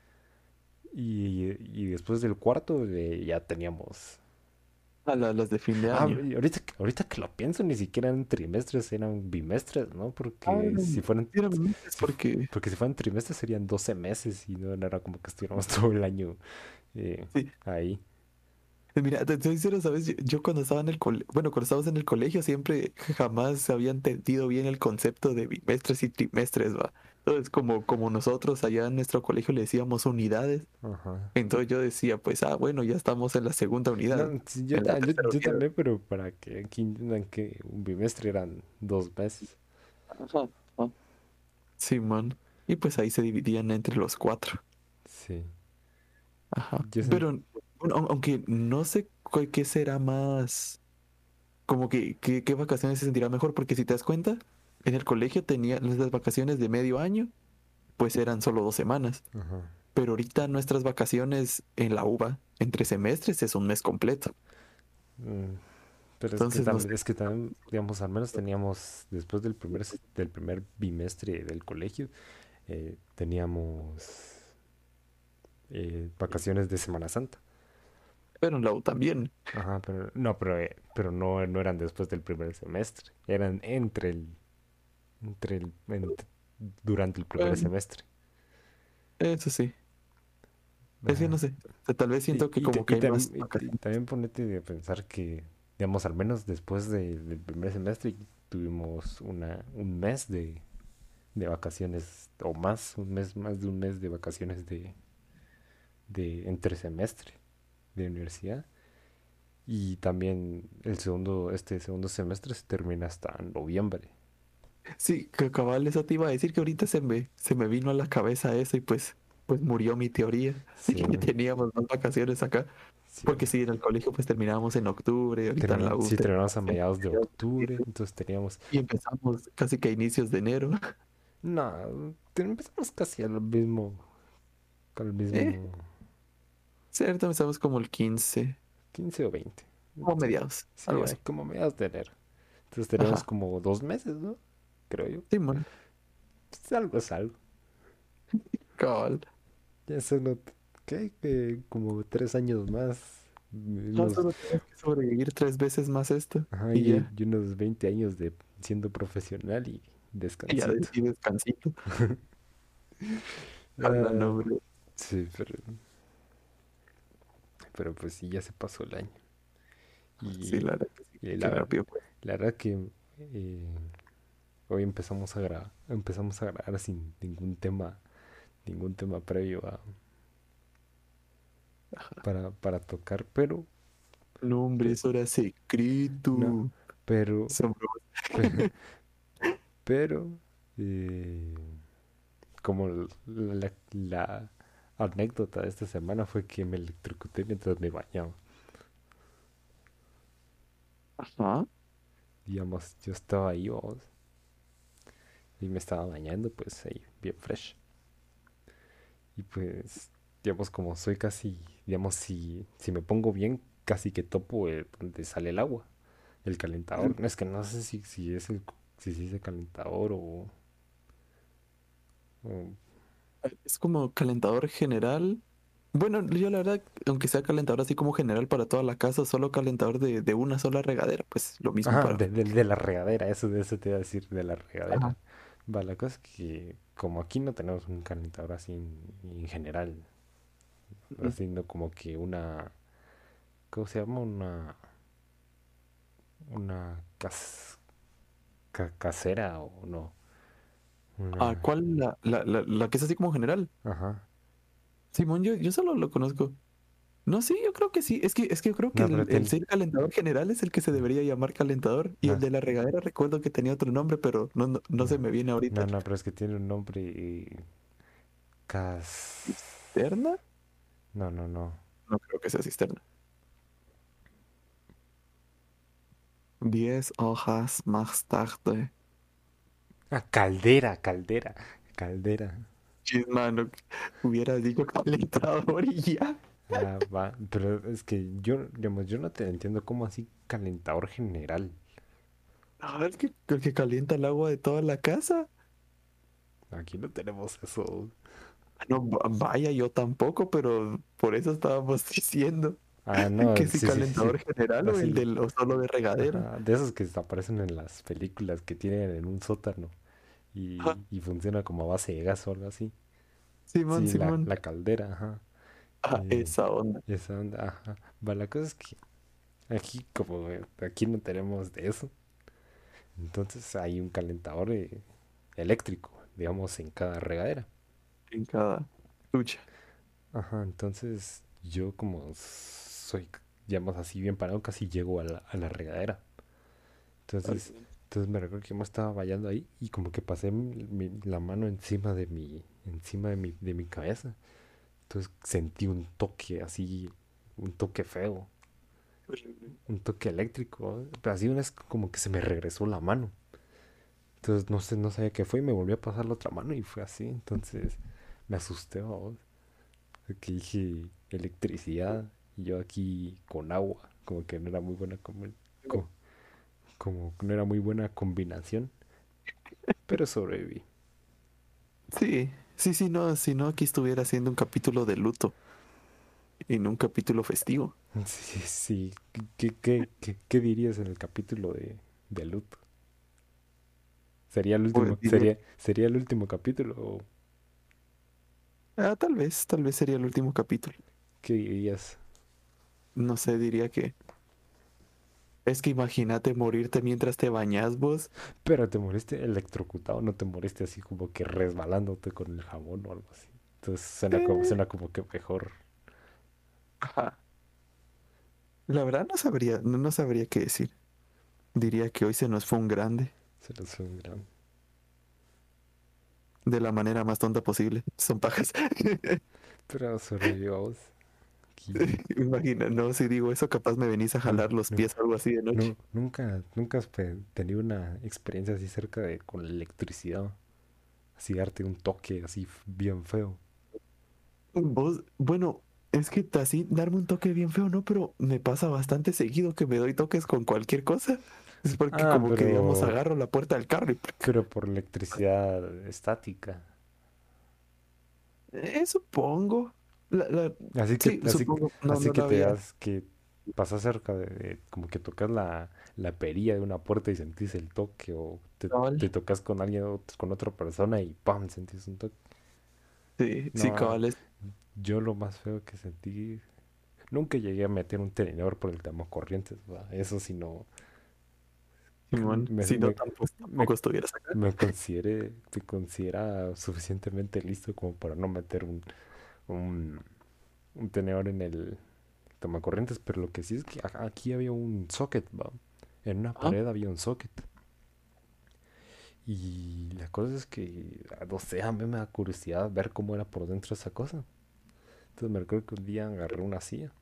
Y después del cuarto ya teníamos... Las de fin de Ah, año. y ahorita que lo pienso, ni siquiera eran trimestres, eran bimestres, ¿no? Ah, Porque si fueran, eran meses si fu- porque, porque si fueran trimestres serían 12 meses y no era como que estuviéramos todo el año eh, sí. ahí. Mira, te soy sincero, ¿sabes? Yo cuando estaba en el colegio, bueno, cuando estábamos en el colegio siempre jamás había entendido bien el concepto de bimestres y trimestres, ¿va? Entonces, como nosotros allá en nuestro colegio le decíamos unidades, Ajá. entonces yo decía, pues, bueno, ya estamos en la segunda No, unidad, sí, en la tercera yo unidad. también, pero para que aquí entiendan que un bimestre eran 2 meses. Ajá, ajá. Sí, man. Y pues ahí se dividían entre los cuatro. Sí. Ajá. Yo sen- Pero, bueno, aunque no sé qué será más. Como que qué vacaciones se sentirá mejor, porque si te das cuenta, en el colegio tenía las vacaciones de medio año, pues eran solo 2 semanas, Ajá. pero ahorita nuestras vacaciones en la UBA, entre semestres, es un mes completo. Mm, pero Entonces, no sé. es que también, digamos, al menos teníamos, después del primer bimestre del colegio, teníamos vacaciones de Semana Santa. Pero en la U también. Ajá, pero no eran después del primer semestre, eran entre el, ent- durante el primer Bueno, semestre. eso sí. Es que no Ajá. sé. O sea, tal vez siento que como que hay más Y vacaciones. también ponete a pensar que, digamos, al menos después del primer semestre tuvimos un mes de vacaciones o más, más de un mes de vacaciones de entre semestre de universidad. Y también este segundo semestre se termina hasta noviembre. Sí, que cabal, eso te iba a decir que ahorita se me vino a la cabeza eso y pues murió mi teoría de Sí, que teníamos más vacaciones acá. sí, Porque sí, en el colegio pues terminábamos en octubre, ahorita en la U sí, terminamos a terminamos en mediados de mediados de octubre, septiembre, entonces teníamos, y empezamos casi que a inicios de enero. no, empezamos casi al Eh, mismo cierto, empezamos como el 15 15 o 20. como Sí, mediados, sí, algo así. como mediados de enero. Entonces teníamos Ajá, como 2 meses, ¿no? Creo yo. sí, man, Pues algo es algo. cabal. Ya son, ¿qué? Como 3 años más. Ya Unos, solo tienes que sobrevivir 3 veces más esto ajá, y ya, y unos 20 años de siendo profesional y y ya descansito. y descansito. Ala, Ah, no, bro. sí, pero pues sí, ya se pasó el año. Sí, Y, la verdad que sí, y qué rápido fue. la verdad que eh, hoy empezamos a grabar sin ningún tema previo para tocar, pero, No, hombre, pe- eso era no, secreto. pero, Son bromas. pe- pero, eh, como la anécdota de esta semana fue que me electrocuté mientras me bañaba. Ajá. Digamos, yo estaba ahí, vamos, y me estaba bañando, pues ahí, bien fresh. Y pues, digamos, como soy casi, digamos, si me pongo bien, casi que topo donde sale el agua, el calentador. No, es que no sé si se dice calentador o- Es como calentador general. Bueno, yo la verdad, aunque sea calentador así como general para toda la casa, solo calentador de una sola regadera, pues lo mismo Ajá, para... de la regadera, eso te iba a decir, de la regadera. Ajá. Va, la cosa es que como aquí no tenemos un calentador así en general, Ujú. haciendo como que ¿cómo se llama? Una casera o no, Ah, una, ¿cuál? La que es así como general. ajá. Simón, yo solo lo conozco. No, sí, yo creo que sí. Es que yo creo que No, pero el ser calentador general es el que se debería llamar calentador. Y no, el de la regadera recuerdo que tenía otro nombre, pero no se no, me viene ahorita. no, pero es que tiene un nombre ¿Cisterna? no, no, no. No creo que sea cisterna. 10 hojas más tarde. Ah, caldera. Chis, mano, hubiera dicho calentador y ya. Ah, va, pero es que yo, digamos, yo no te entiendo cómo así calentador general. No, es que el que calienta el agua de toda la casa. Aquí no tenemos eso. No, vaya, yo tampoco, pero por eso estábamos diciendo Ah, que no, si sí. calentador general o el Así, del o solo de regadera. ajá, de esos que aparecen en las películas que tienen en un sótano Ajá, y funciona como a base de gas o algo así. Simón, Sí, Simón. la caldera, ajá. Ajá, Eh, esa onda. esa onda, ajá. Va, la cosa es que aquí, como aquí no tenemos de eso, entonces hay un calentador eléctrico, digamos, en cada regadera. En cada ducha. Ajá, entonces yo como soy, digamos así, bien parado, casi llego a la regadera. Entonces, Ok. entonces me recuerdo que yo me estaba bañando ahí y como que pasé la mano encima de mi cabeza. Entonces sentí un toque así, un toque feo, un toque eléctrico, pero así una vez como que se me regresó la mano. Entonces no sé, no sabía qué fue y me volvió a pasar la otra mano y fue así. Entonces me asusté, vamos, que dije electricidad y yo aquí con agua, como que no era muy buena co- como que no era muy buena combinación, pero sobreviví. Sí, sí, sí, no, si no aquí estuviera haciendo un capítulo de luto y no un capítulo festivo. Sí, sí. ¿Qué dirías en el capítulo de luto? ¿Sería el Pues último, diría, sería el último capítulo o tal vez sería el último capítulo. qué dirías? No sé, diría que es que imagínate morirte mientras te bañas vos. Pero te moriste electrocutado, no te moriste así como que resbalándote con el jabón o algo así. Entonces Eh, suena como que mejor. ajá. La verdad no sabría qué decir. Diría que hoy se nos fue un grande. Se los fue un gran. de la manera más tonta posible. Son pajas. Pero sobrevivió a vos. Aquí. Imagina, no, si digo eso, capaz me venís a No, jalar los no, pies o algo así de noche. no, nunca has tenido una experiencia así cerca de con la electricidad. Así darte un toque así bien feo. Vos, bueno, es que así darme un toque bien feo, ¿no? Pero me pasa bastante seguido que me doy toques con cualquier cosa. Es porque Ah, como que, digamos, agarro la puerta del carro y ¡plac! pero por electricidad estática. Supongo. Así que, Sí, supongo. No, así no que lo te había. das que pasas cerca como que tocas la perilla de una puerta y sentís el toque, o te Cabal. tocas con alguien o con otra persona y ¡pam! Sentís un toque. Sí, sí, No, cabal. yo lo más feo que sentí, nunca llegué a meter un tenedor por el corrientes, ¿va? Eso sí no, Simón. me, Si no, me, tampoco estuvieras acá. me considera suficientemente listo como para no meter un, un tenedor en el tomacorrientes, pero lo que sí es que aquí había un socket, ¿va? En una Ajá. pared había un socket. Y la cosa es que, no sé, a mí me da curiosidad ver cómo era por dentro esa cosa. Entonces me recuerdo que un día agarré una silla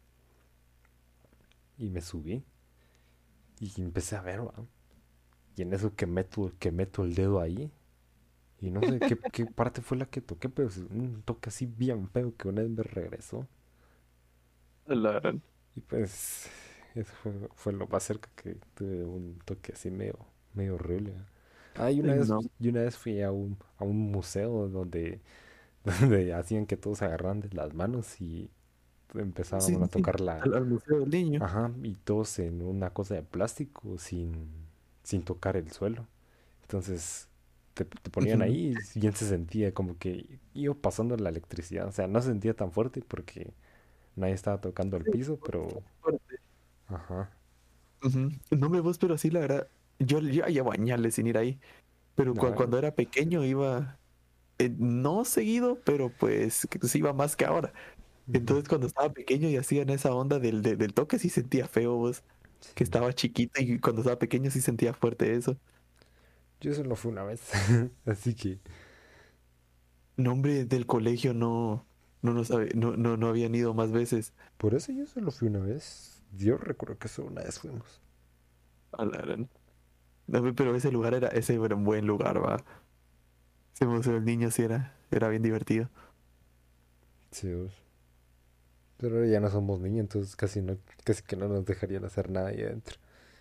y me subí y empecé a ver, ¿va? Y en eso que meto el dedo ahí. Y no sé qué parte fue la que toqué, pero es un toque así bien feo que una vez me regresó. La gran. Y pues eso fue lo más cerca que tuve de un toque así medio horrible. Ah, No. y una vez fui a un museo donde, donde hacían que todos se agarran de las manos y Sí, empezaban a sí, sí. tocar Al Museo del Niño. ajá, y todos en una cosa de plástico sin tocar el suelo. Entonces te ponían Ujú. ahí y bien se sentía como que iba pasando la electricidad. O sea, no se sentía tan fuerte porque nadie estaba tocando el Sí, piso, pero fuerte. ajá. Ujú. No me vos, pero sí, la verdad. Yo ya llevo añales sin ir ahí. Pero No, cuando era pequeño iba, no seguido, pero pues que sí iba más que ahora. ujú, Entonces cuando estaba pequeño y hacían esa onda del toque, sí sentía feo vos, que sí. estaba chiquito y cuando estaba pequeño sí sentía fuerte eso. Yo solo fui una vez, así que Nombre del colegio no habían ido más veces. por eso yo solo fui una vez. Yo recuerdo que solo una vez fuimos. A la gran. No, pero ese era un buen lugar, va. Ese museo del niño sí era bien divertido. Sí, vos. Pero ahora ya no somos niños, entonces casi que no nos dejarían hacer nada ahí adentro.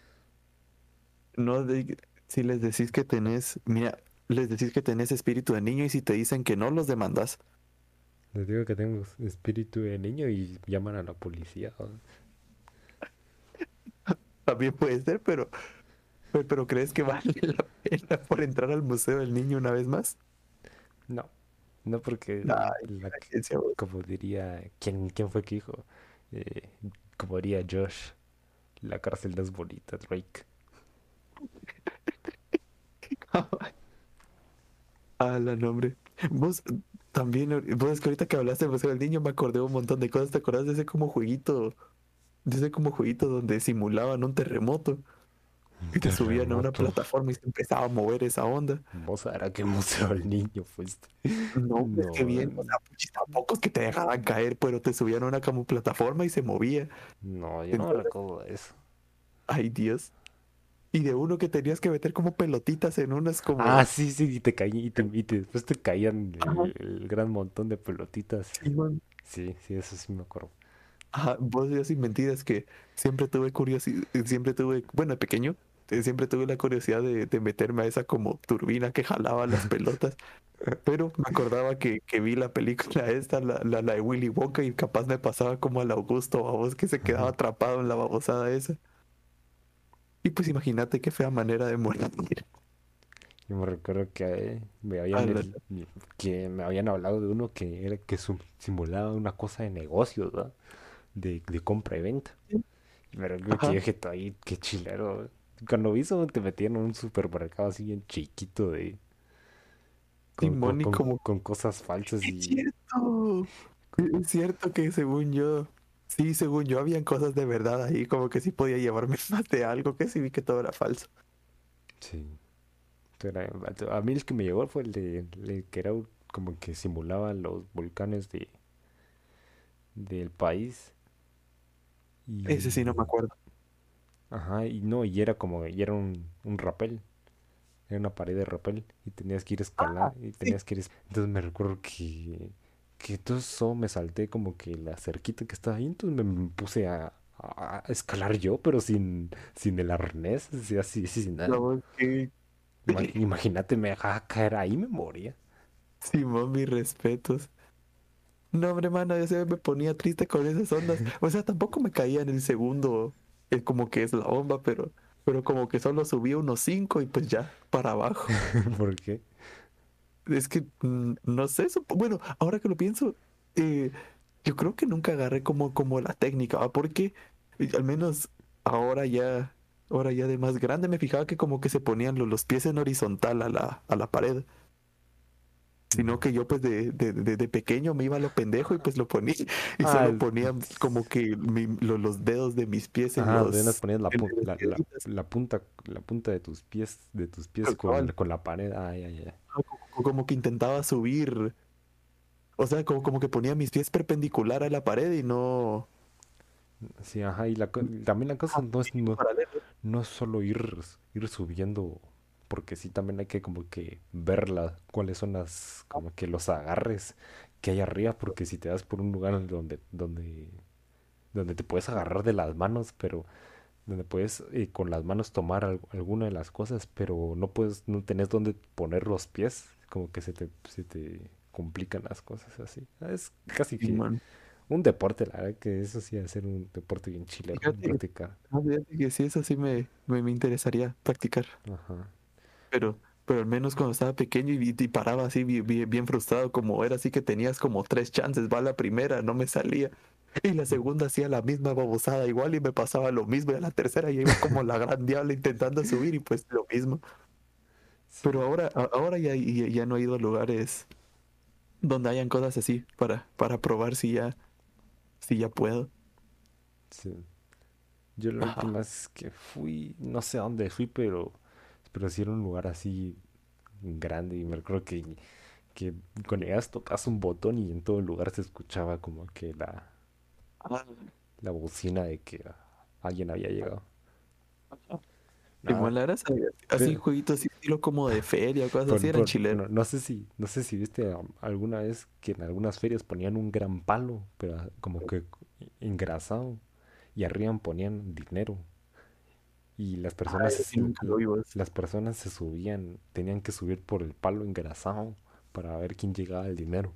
No, si les decís que tenés, mira, les decís que tenés espíritu de niño y si te dicen que no, los demandas. Les digo que tengo espíritu de niño y llaman a la policía, ¿va? También puede ser, pero ¿crees que vale la pena por entrar al museo del niño una vez más? No, no porque Ay, qué agencia, vos. como diría, quién fue que dijo? Eh, Como diría Josh, la cárcel no es bonita, Drake. A la nombre. Vos también, vos es que ahorita que hablaste del museo del niño me acordé un montón de cosas. ¿Te acordás de ese como jueguito donde simulaban un terremoto Un y te subían a una terremoto. plataforma y se empezaba a mover esa onda? Vos sabrás qué museo el niño fuiste. No, es que No, bien, o sea, puchis, tampoco es que te dejaban caer, pero te subían a una como plataforma y se movía. no, yo no me Entonces, recuerdo de eso. ay Dios. Y de uno que tenías que meter como pelotitas en unas Ah, como... sí, sí, y te caí, después te caían Ajá, el gran montón de pelotitas. sí, man. Sí, sí, eso sí me acuerdo. Ajá, vos yo sin mentiras que siempre tuve curiosidad, siempre tuve, bueno, de pequeño, siempre tuve la curiosidad de meterme a esa como turbina que jalaba las pelotas, pero me acordaba que vi la película esta, la de Willy Wonka y capaz me pasaba como al Augusto, a vos que se quedaba atrapado en la babosada esa. Y pues imagínate qué fea manera de morir. Yo me recuerdo que A la- que me habían hablado de uno que era que simulaba una cosa de negocios, ¿verdad? De compra y venta. Y me recuerdo que yo Ajá, dije, ahí, qué chilero. Cuando vi eso, te metían en un supermercado así bien chiquito Simón y como, con cosas falsas es y... cierto, es cierto que según yo, sí, según yo habían cosas de verdad ahí, como que sí podía llevarme más de algo, que sí vi que todo era falso. Sí, A mí el que me llegó fue el que era como que simulaba los volcanes del país. Ese sí no me Y, acuerdo. ajá, y no, y era un rapel. Era una pared de rapel y tenías que ir a escalar y Sí. tenías que ir. Entonces me recuerdo que todo eso me salté como que la cerquita que estaba ahí, entonces me puse a escalar yo, pero sin el arnés, así, sin nada. No, que Imagínate, me dejaba caer ahí, me moría. Simón, mis respetos. No, hombre, mano, yo se me ponía triste con esas ondas. O sea, tampoco me caía en el segundo, como que es la bomba, pero como que solo subía unos 5 y pues ya, para abajo. ¿Por qué? Es que, no sé, bueno, ahora que lo pienso, eh, yo creo que nunca agarré como la técnica, ¿va? Porque al menos ahora ya, ahora ya de más grande me fijaba que como que se ponían los pies en horizontal a la pared. Sino que yo pues de pequeño me iba a lo pendejo y pues lo ponía y Ah, solo ponía como que los dedos de mis pies en ajá, apenas los ponías en las piedritas. la punta de tus pies Pero cabal, con la pared. Ay, ay, ay. como que intentaba subir, o sea, como que ponía mis pies perpendicular a la pared y no Sí, ajá, y también la cosa no es, no, paralelo. no es solo ir subiendo, porque sí también hay que como que verla, cuáles son como que los agarres que hay arriba, porque si te vas por un lugar donde te puedes agarrar de las manos, pero donde puedes con las manos tomar alguna de las cosas, pero no tenés dónde poner los pies, como que se te complican las cosas así. Es casi Y, que man, un deporte, la verdad que eso sí va a ser un deporte bien chilero de fíjate, practicar. fíjate que sí, eso sí me interesaría practicar. Ajá. Pero al menos cuando estaba pequeño y paraba así bien frustrado como era, así que tenías como 3 chances, va la primera, no me salía. Y la segunda hacía la misma babosada igual y me pasaba lo mismo. Y a la tercera ya iba como la gran diabla intentando subir y pues lo mismo. Sí, Pero ahora ya no he ido a lugares donde hayan cosas así para probar si ya puedo. sí. Yo la Ajá. última vez que fui, no sé a dónde fui, pero sí era un lugar así grande y me recuerdo que cuando llegas tocas un botón y en todo el lugar se escuchaba como que Ah, la bocina de que alguien había llegado. ajá. Nada, Igual la verdad, así pero, jueguitos así, estilo como de feria o cosas así eran chileros. no sé si viste alguna vez que en algunas ferias ponían un gran palo, pero como que engrasado y arriba ponían dinero y Ah, eso sí nunca lo vi, vos. las personas se subían, tenían que subir por el palo engrasado para ver quién llegaba al dinero.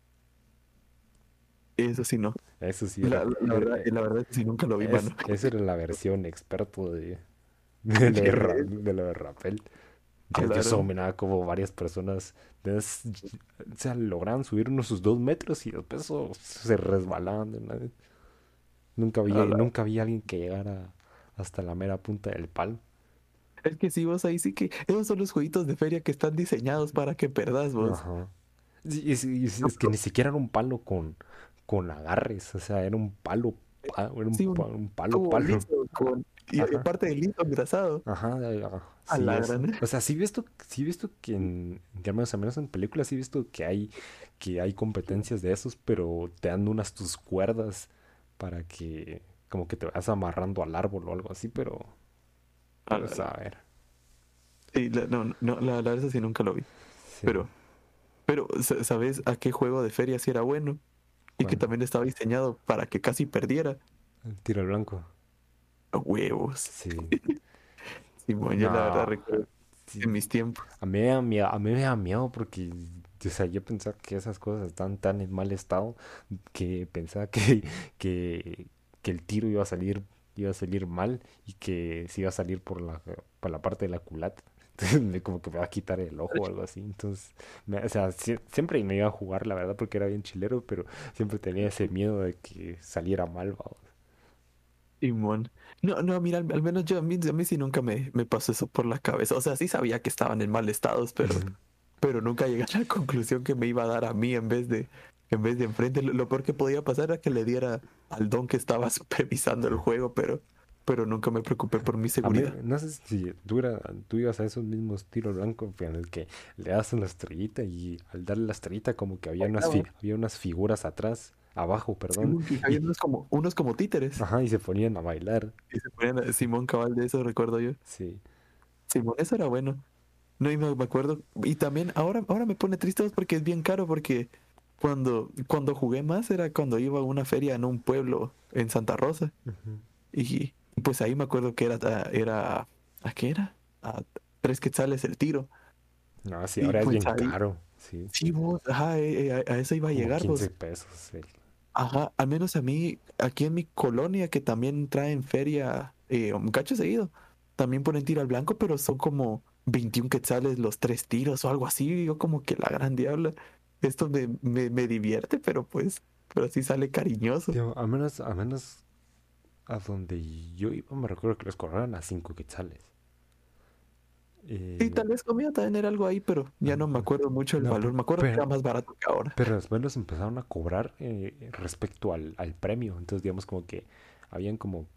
Eso sí no. Eso sí La, la, la verdad, la verdad, eso sí nunca lo vi, mano. esa era la versión experto de lo de Rappel. Yo solo Hablaron. miraba como varias personas o sea, lograban subir unos sus 2 metros y después se resbalaban de una vez. Nunca vi a alguien que llegara hasta la mera punta del palo. Es que sí, vos ahí sí que esos son los jueguitos de feria que están diseñados para que perdas vos. Ajá. Sí, No, es que ni siquiera era un palo con agarres, o sea, era un palo, era sí, un un palo, tubo palo. liso y Ajá, aparte de liso engrasado. ajá, A sí, la gran. o sea, sí he visto que al menos en películas sí he visto que hay competencias de esos, pero te dan unas tus cuerdas para que como que te vas amarrando al árbol o algo así, pero, A pero la gran. saber, Sí, no, no, la verdad sí nunca lo vi. sí, Pero, ¿sabes a qué juego de feria sí era bueno? Y que ¿cuál? también estaba diseñado para que casi perdiera. El tiro al blanco, A huevos. sí, Sí, bueno, yo la verdad no, recuerdo sí, en mis tiempos. a mí me da miedo porque, o sea, yo pensaba que esas cosas están tan en mal estado que pensaba que, que el tiro iba a salir mal y que se iba a salir por la parte de la culata. Entonces, como que me va a quitar el ojo o algo así. Entonces, o sea, siempre me iba a jugar, la verdad, porque era bien chilero, pero siempre tenía ese miedo de que saliera mal, vamos. Simón. No, no, mira, al menos a mí sí nunca me pasó eso por la cabeza. O sea, sí sabía que estaban en mal estados, pero nunca llegué a la conclusión que me iba a dar a mí en vez de enfrente. Lo peor que podía pasar era que le diera al don que estaba supervisando el juego, pero pero nunca me preocupé por mi A mí, seguridad. no sé si tú ibas a esos mismos tiros blancos en el que le das una estrellita y al darle la estrellita como que Bailaba. había unas figuras atrás, abajo, perdón, Simón, que había y, unos como títeres. ajá, y se ponían a bailar. Y se ponían Simón Cabal de eso, recuerdo yo. Sí. Simón, eso era bueno. No, y me acuerdo. Y también ahora me pone triste porque es bien caro porque cuando jugué más era cuando iba a una feria en un pueblo en Santa Rosa. Ujú. Y pues ahí me acuerdo que ¿a qué era? A 3 quetzales el tiro. No, sí, Y ahora es pues bien ahí, caro, sí. sí, vos, ajá, a eso iba a Como llegar 15 vos. pesos. Ajá, al menos a mí, aquí en mi colonia, que también traen feria un cacho seguido, también ponen tiro al blanco, pero son como 21 quetzales los 3 tiros o algo así. Yo como que la gran diabla. Esto me divierte, pero sí sale cariñoso. Tío, a menos a donde yo iba, me recuerdo que los cobraban a 5 quetzales. Sí, Eh, tal vez comida también era algo ahí, pero ya no me ajá. acuerdo mucho el No, valor. Me acuerdo que pero, era más barato que ahora. pero después los empezaron a cobrar respecto al premio. Entonces, digamos, como que habían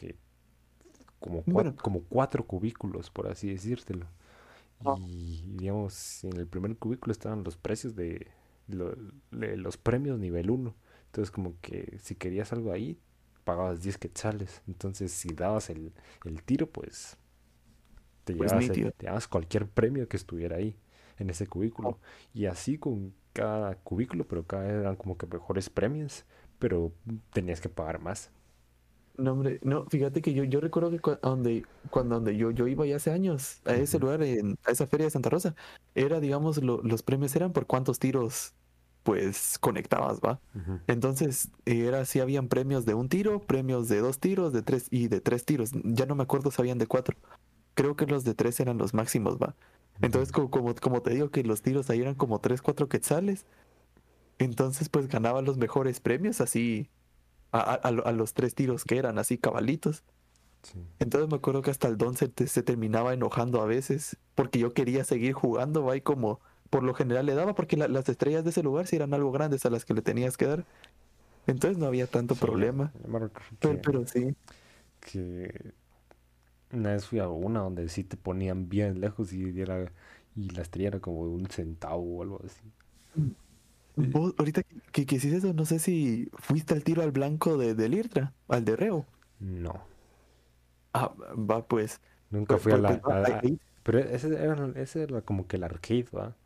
Bueno, como 4 cubículos, por así decírtelo. ah, Y, digamos, en el primer cubículo estaban los precios lo- de los premios nivel uno. Entonces, como que si querías algo ahí, pagabas 10 quetzales. Entonces, si dabas el tiro, pues pues nítido. te llevabas cualquier premio que estuviera ahí, en ese Ah, cubículo. Y así con cada cubículo, pero cada vez eran como que mejores premios, pero tenías que pagar más. no, hombre, no, fíjate que yo recuerdo que donde yo iba ya hace años, a ese Ujú, lugar, a esa feria de Santa Rosa, era, digamos, los premios eran por cuántos tiros, pues, conectabas, ¿va? ujú, Entonces, era si habían premios de 1 tiro, premios de 2 tiros, de tres y de 3 tiros. Ya no me acuerdo si habían de 4. Creo que los de 3 eran los máximos, ¿va? ujú. Entonces, como te digo que los tiros ahí eran como 3, 4 quetzales, entonces, pues, ganaba los mejores premios así a los 3 tiros que eran así cabalitos. Sí. Entonces me acuerdo que hasta el Don se terminaba enojando a veces porque yo quería seguir jugando, va, y como por lo general le daba, porque las estrellas de ese lugar sí eran algo grandes a las que le tenías que dar. Entonces no había tanto Sí, problema. yo me recuerdo Pero sí. que una vez fui a una donde sí te ponían bien lejos y la estrella era como de 1 centavo o algo así. Eh, Vos, ahorita que hiciste eso, no sé si fuiste al tiro al blanco del IRTRA, al de Reo. No, Ah, va, pues. nunca Pues, fui a pues, pues, va, pero ese era como que el arcade, ¿va?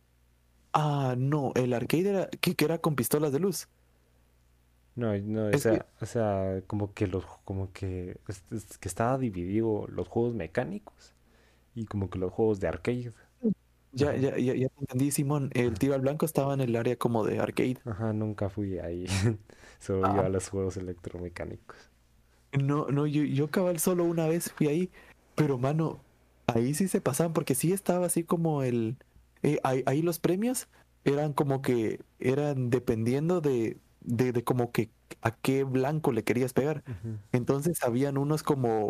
no, el arcade era que era con pistolas de luz. No, no, Es que o sea, como que, que estaba dividido los juegos mecánicos y como que los juegos de arcade. Ajá, ya te entendí, Simón. El tiro al blanco estaba en el área como de arcade. ajá, nunca fui ahí. Solo iba Ah, a los juegos electromecánicos. no, no, yo cabal solo una vez fui ahí, pero mano, ahí sí se pasaban porque sí estaba así como ahí los premios eran como que eran dependiendo de como que a qué blanco le querías pegar. Ujú, Entonces habían unos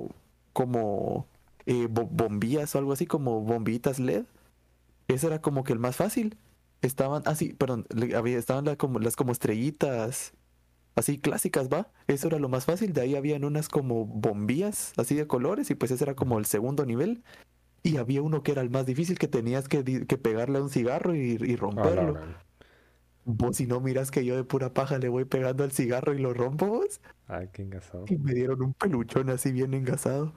como bombillas o algo así, como bombillitas LED. Ese era como que el más fácil. Estaban, sí, perdón, estaban las como estrellitas así clásicas, ¿va? Eso era lo más fácil. De ahí habían unas como bombillas así de colores y pues ese era como ujú. el segundo nivel. Y había uno que era el más difícil que tenías que pegarle a un cigarro y A la romperlo. gran. Vos si no miras que yo de pura paja le voy pegando al cigarro y lo rompo vos. Ay, qué engasado. Y me dieron un peluchón así bien engasado.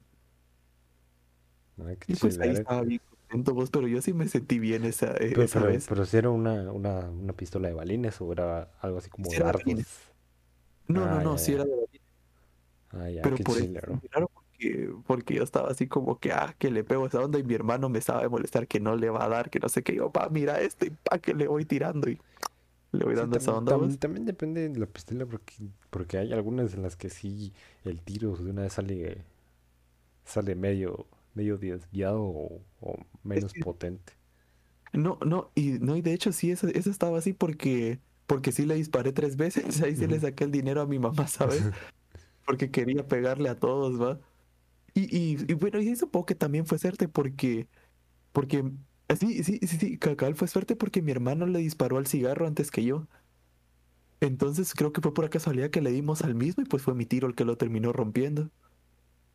Ay, qué Y pues ahí chilere. estaba bien contento vos, pero yo sí me sentí bien esa vez. Pero si era una pistola de balines o era algo así como Sí era de dardos. balines. No, no, Ah, no, ya, sí era ya. de balines. Ah, ya, Pero qué por eso es chilero. raro porque yo estaba así como que le pego esa onda y mi hermano me estaba de molestar que no le va a dar, que no sé qué. Yo, pa, mira esto y pa, que le voy tirando y le voy Sí, dando esa onda vos. también depende de la pistola porque hay algunas en las que sí el tiro de una vez sale medio desviado o Es menos que potente. no, no, y de hecho sí, esa estaba así porque sí le disparé 3 veces, ahí sí le Ujú. saqué el dinero a mi mamá, ¿sabes? Porque quería pegarle a todos, ¿va? Y bueno, y supongo que también fue suerte porque, sí, sí, sí, sí, Cacal fue suerte porque mi hermano le disparó al cigarro antes que yo. Entonces creo que fue por casualidad que le dimos al mismo y pues fue mi tiro el que lo terminó rompiendo.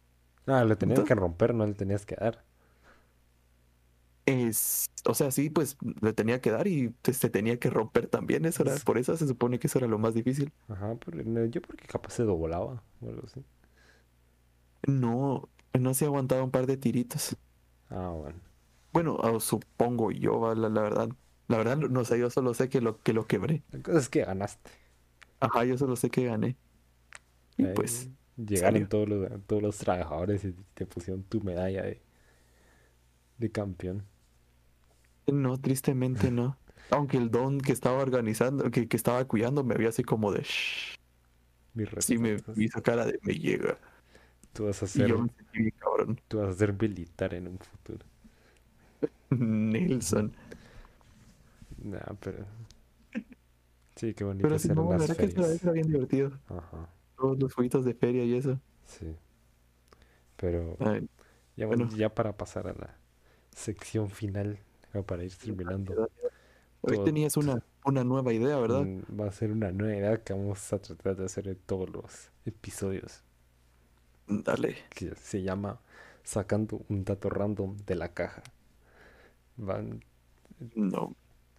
Ah, le tenías que Entonces, romper, no le tenías que dar. o sea, sí, pues le tenía que dar y pues, se tenía que romper también. Eso era, Sí. por eso se supone que eso era lo más difícil. Ajá, pero yo porque capaz se doblaba o algo así. No, no se aguantaba un par de tiritos. Ah, bueno. Bueno, supongo yo, va, la verdad. La verdad, no sé, yo solo sé que lo quebré. La cosa es que ganaste. Ajá, yo solo sé que gané. Y pues Llegaron salió. todos los trabajadores y te pusieron tu medalla de campeón. No, tristemente no. Aunque el don que estaba organizando, que estaba cuidando, me vio así como de shh. Mis Sí, me respetos. hizo cara de me llega. Tú vas a Y yo ser, me sentí bien cabrón. tú vas a ser militar en un futuro. Nelson. Nah, pero sí, qué Pero bonitas sí, eran no, la las verdad que eso ferias. era bien divertido. Ajá, Todos los jueguitos de feria y eso. sí. Pero Ay, ya, bueno, ya para pasar a la sección final, ya para ir terminando, hoy todo tenías una nueva idea, ¿verdad? va a ser una nueva idea que vamos a tratar de hacer en todos los episodios, Dale. que se llama sacando un dato random de la caja. Van No.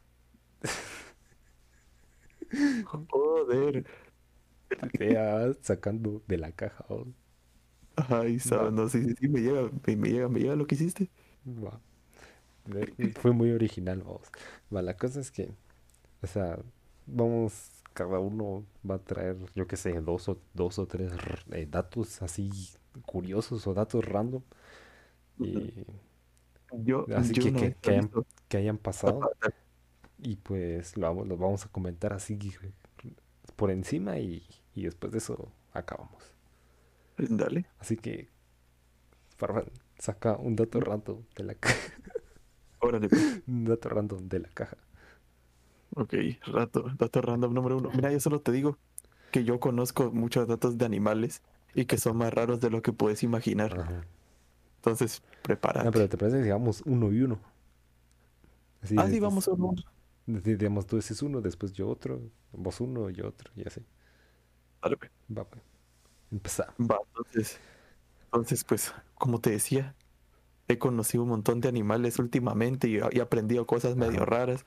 Joder. idea sacando de la caja. Ay, Va, sabes, no, sí, sí, sí, me llega lo que hiciste. va. Fue muy original, vamos. Va, la cosa es que, o sea, cada uno va a traer, yo qué sé, dos o tres datos así curiosos o datos random. Y así Yo una vez he visto. que hayan pasado. Ajá, Y pues los vamos a comentar así por encima y después de eso acabamos. dale. Así que, Farfán, saca un dato random de la caja. Órale, pues. Un dato random de la caja. Ok, dato random número uno. Mira, yo solo te digo que yo conozco muchos datos de animales y que son más raros de lo que puedes imaginar. Ajá. Entonces, No, pero prepárate. te parece que digamos uno y uno. Así, Ah, sí, vamos a uno. digamos, tú dices uno, después yo otro, vos uno, yo otro, y así. Dale, pues. Va, pues, empezamos. Va, entonces, pues, como te decía, he conocido un montón de animales últimamente y he aprendido cosas medio Ajá. raras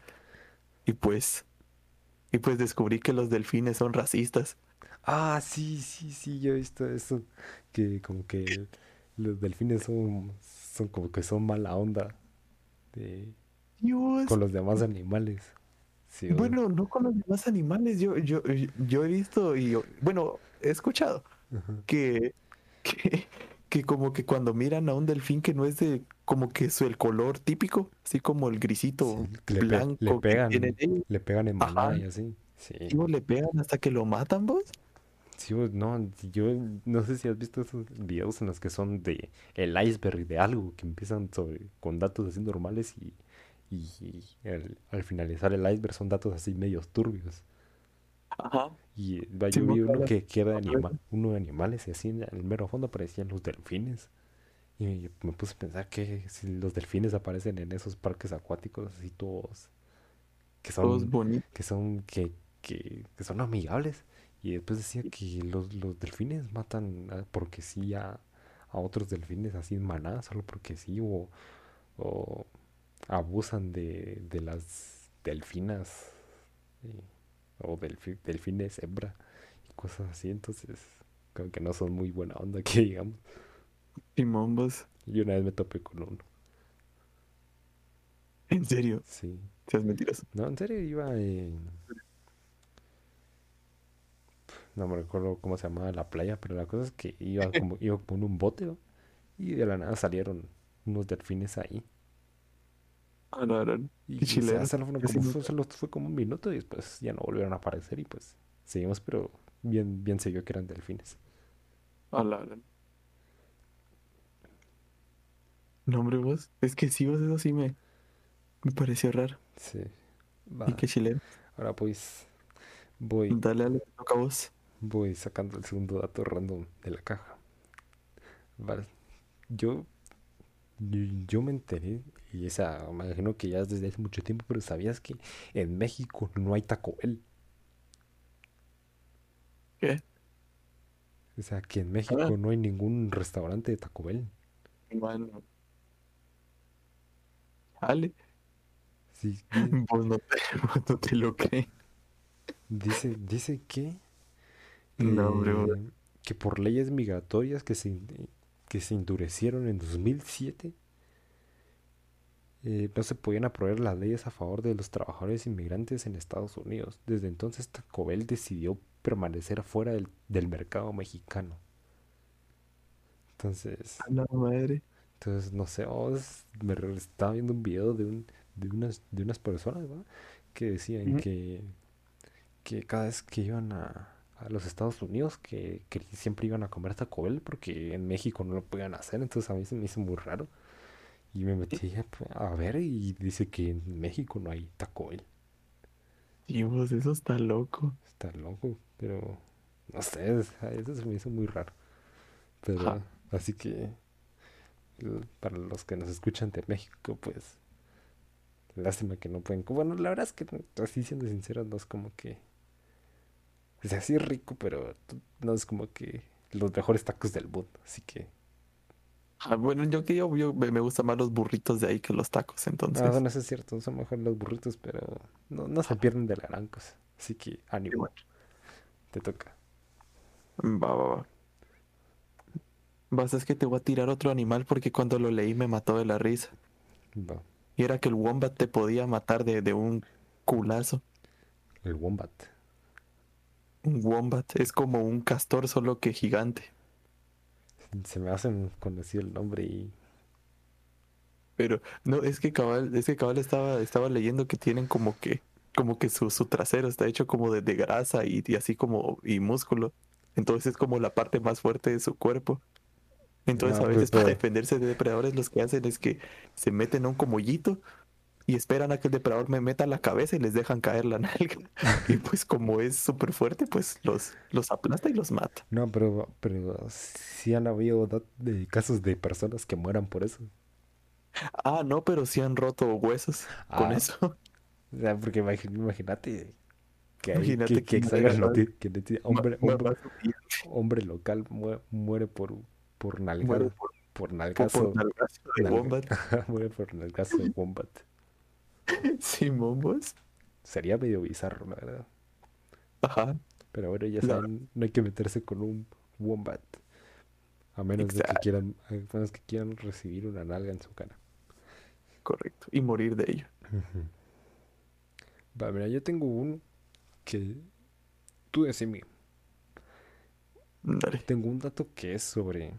y pues descubrí que los delfines son racistas. Ah, sí, sí, sí, yo he visto eso. Que como que los delfines son como que son mala onda de, Dios. con los demás animales. Sí, Bueno, no con los demás animales. Yo he visto bueno, he escuchado que, que, que como que cuando miran a un delfín que no es de como que es el color típico, así como el sí, grisito blanco que tienen ellos. le pegan en Ajá. manada y así. Sí. Y vos le pegan hasta que lo matan, vos. Sí, no, yo no sé si has visto esos videos en los que son de el iceberg de algo, que empiezan con datos así normales y al finalizar el iceberg son datos así medios turbios. Ajá. Y va, yo Simón vi uno habla que era sobre eso. uno de animales y así en el mero fondo aparecían los delfines. Y me puse a pensar que si los delfines aparecen en esos parques acuáticos así todos, que Todos son, bonitos. que son, que son amigables. Y después decía que los delfines matan porque sí a otros delfines así en manada, solo porque sí, o abusan de las delfinas eh, o delfines hembra y cosas así. Entonces, como que no son muy buena onda que digamos. Simón, vos. Y una vez me topé con uno. En serio. Sí. Seas mentiras. No, en serio, no me recuerdo cómo se llamaba la playa, pero la cosa es que iba como en un bote, ¿no? Y de la nada salieron unos delfines ahí. Ah, no, no, no. Qué Y chilero. Yo sí nunca. solo fue como un minuto y después ya no volvieron a aparecer y pues seguimos, pero bien se vio que eran delfines. Ah, no, hombre, vos. Es que sí, vos, eso sí me pareció raro. Sí, Y va. qué chilero. Ahora pues voy, Dale, dale, te toca a vos. voy sacando el segundo dato random de la caja. Vale. Yo, yo me enteré, y esa, me imagino que ya es desde hace mucho tiempo, pero ¿sabías que en México no hay Taco Bell? ¿Qué? O sea, que en Ah, México no hay ningún restaurante de Taco Bell. mano, dale. Sí, Vos no te, vos no te lo crees. dice No, hombre, eh, que por leyes migratorias que se endurecieron en 2007, no se podían aprobar las leyes a favor de los trabajadores inmigrantes en Estados Unidos. Desde entonces, Taco Bell decidió permanecer fuera del mercado mexicano. Entonces, a la madre. no sé, estaba viendo un video de unas personas, ¿va? Que decían Ujú. que cada vez que iban a los Estados Unidos, que siempre iban a comer Taco Bell porque en México no lo podían hacer. Entonces a mí se me hizo muy raro. Y me metí a ver y dice que en México no hay Taco Bell. Dios, eso está loco. Está loco, pero no sé, eso se me hizo muy raro. Ajá. Pero así que para los que nos escuchan de México, pues lástima que no pueden. Bueno, la verdad es que así siendo sincero, no es como que. O sea, sí es rico, pero no es como que los mejores tacos del mundo. Así que. Ah, bueno, yo me gustan más los burritos de ahí que los tacos, Ah, entonces. bueno, eso es cierto, son mejor los burritos, pero no se pierden de la gran cosa. Así que Sí, ánimo, bueno. te toca. Va, va, va. Vas, es que te voy a tirar otro animal porque cuando lo leí me mató de la risa. Va, Y era que el wombat te podía matar de un culazo. el wombat. Un wombat es como un castor, solo que gigante. Se me hacen conocido el nombre y. Pero no, es que cabal estaba leyendo que tienen como que su trasero está hecho como de grasa y así como, y músculo. Entonces es como la parte más fuerte de su cuerpo. Entonces Ah, a veces para pero. defenderse de depredadores los que hacen es que se meten a un comollito y esperan a que el depredador me meta la cabeza y les dejan caer la nalga. Y pues como es súper fuerte, pues los aplasta y los mata. No, pero sí han habido de casos de personas que mueran por eso. Ah, no, pero sí han roto huesos con Ah, eso. o sea, porque imagínate Imagínate que que me salga el agarras que más hombre local muere por muere nalgada, por por nalgazo, nalgazo de wombat. muere por nalgazo de wombat. Sin bombos. Sería medio bizarro, la verdad. Ajá. Pero bueno, ya La, saben, no hay que meterse con un wombat, exacto, a menos que quieran recibir una nalga en su cara. correcto. Y morir de ello. Va, mira, yo tengo uno que tú decime. Dale. Tengo un dato que es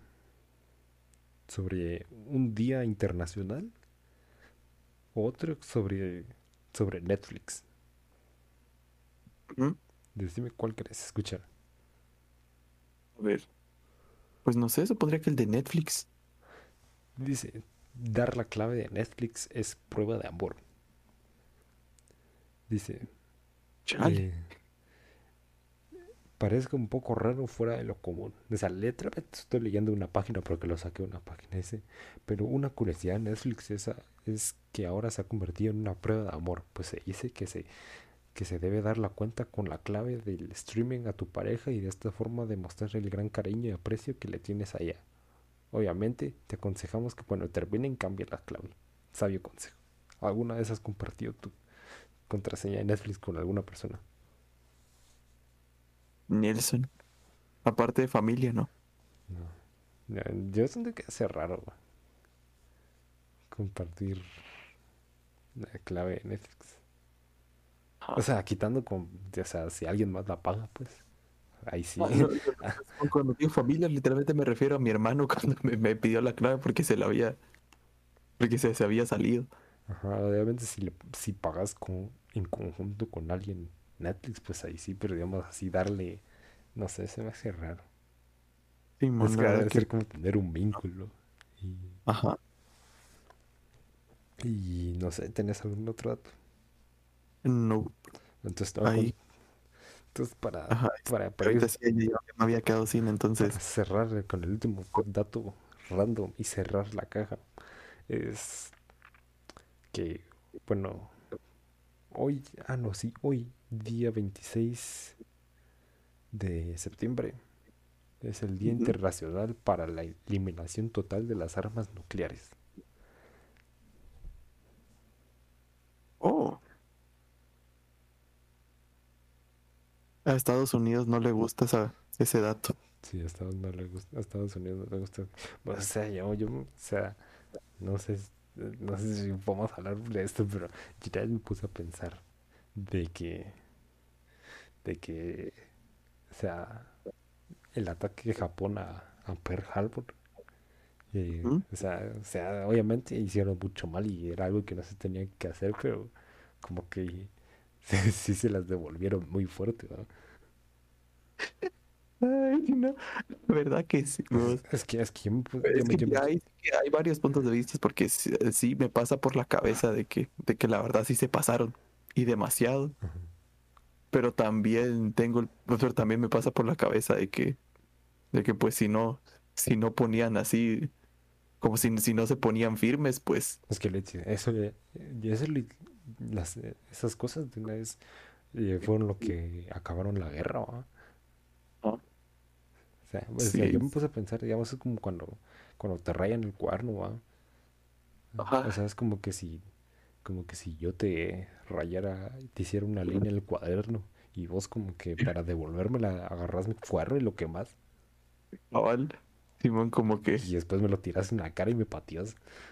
sobre un día internacional, otro sobre Netflix. Ujú. Decime cuál querés escuchar. A ver, pues no sé, supondría que el de Netflix. Dice, dar la clave de Netflix es prueba de amor. Dice, Chale. eh, parezca un poco raro fuera de lo común. O sea, literalmente estoy leyendo una página porque lo saqué de una página. Dice, pero una curiosidad de Netflix es que ahora se ha convertido en una prueba de amor. Pues se dice que se debe dar la cuenta con la clave del streaming a tu pareja y de esta forma demostrarle el gran cariño y aprecio que le tienes a ella. Obviamente, te aconsejamos que cuando terminen cambie la clave. Sabio consejo. ¿Alguna vez has compartido tu contraseña de Netflix con alguna persona? Nelson. Aparte de familia, ¿no? No. Ya, yo siento que hace raro compartir la clave de Netflix. O Ajá. sea, quitando o sea, si alguien más la paga, pues ahí sí. Ah, no, cuando digo familia, literalmente me refiero a mi hermano cuando me pidió la clave porque porque se había salido. Ajá, obviamente si pagas en conjunto con alguien Netflix, pues ahí sí, pero digamos así darle, no sé, se me hace raro. Es Simón, la que verdad debe que ser como tener un vínculo. Y, ajá. y no sé, ¿tenés algún otro dato? No. Entonces, Ahí. entonces Ajá. Pero ahorita sí, ya me había quedado sin, para entonces. cerrar con el último dato random y cerrar la caja, es que, bueno, hoy, no, sí, hoy, día 26 de septiembre, Es el Día Ujú. Internacional para la Eliminación Total de las Armas Nucleares. Oh, a Estados Unidos no le gusta ese dato. Sí, a Estados, no le gusta, a Estados Unidos no le gusta. Pues, o sea, o sea, no sé, no sé si podemos hablar de esto, pero yo ya me puse a pensar de que, de que, o sea, el ataque de Japón a Pearl Harbor, Ujú. obviamente hicieron mucho mal y era algo que no se tenía que hacer, pero como que sí se las devolvieron muy fuerte, ¿no? Ay, no, la verdad que sí, vos. Es que yo me, pu- Es que yo me- sí que hay varios puntos de vista porque sí, sí me pasa por la cabeza de que la verdad sí se pasaron y demasiado, pero también pero también me pasa por la cabeza de que pues si no ponían así, como si no se ponían firmes, pues, Es que esas cosas de una vez fueron lo que acabaron la guerra, ¿va? ah, O sea, yo sí, me puse a pensar, digamos, es como cuando te rayan el cuaderno, ¿va? O ajá, sea, es como que si yo te rayara, te hiciera una línea en el cuaderno y vos como que para devolvérmela agarrás mi cuaderno y lo quemás cabal, Simón como que, y después me lo tiras en la cara y me pateas.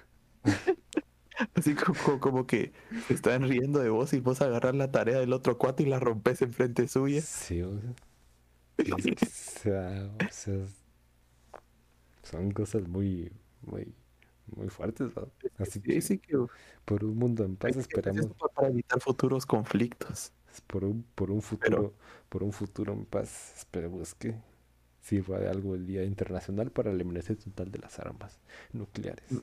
así como que se están riendo de vos y vos agarras la tarea del otro cuate y la rompes enfrente suya. Sí, o sea, son cosas muy, muy, muy fuertes, ¿va? Así Sí, que sí que por un mundo en paz es esperamos, eso para evitar futuros conflictos. por un Pero, futuro, por un futuro en paz, esperemos que sirva de algo el Día Internacional para la eliminación total de las armas nucleares.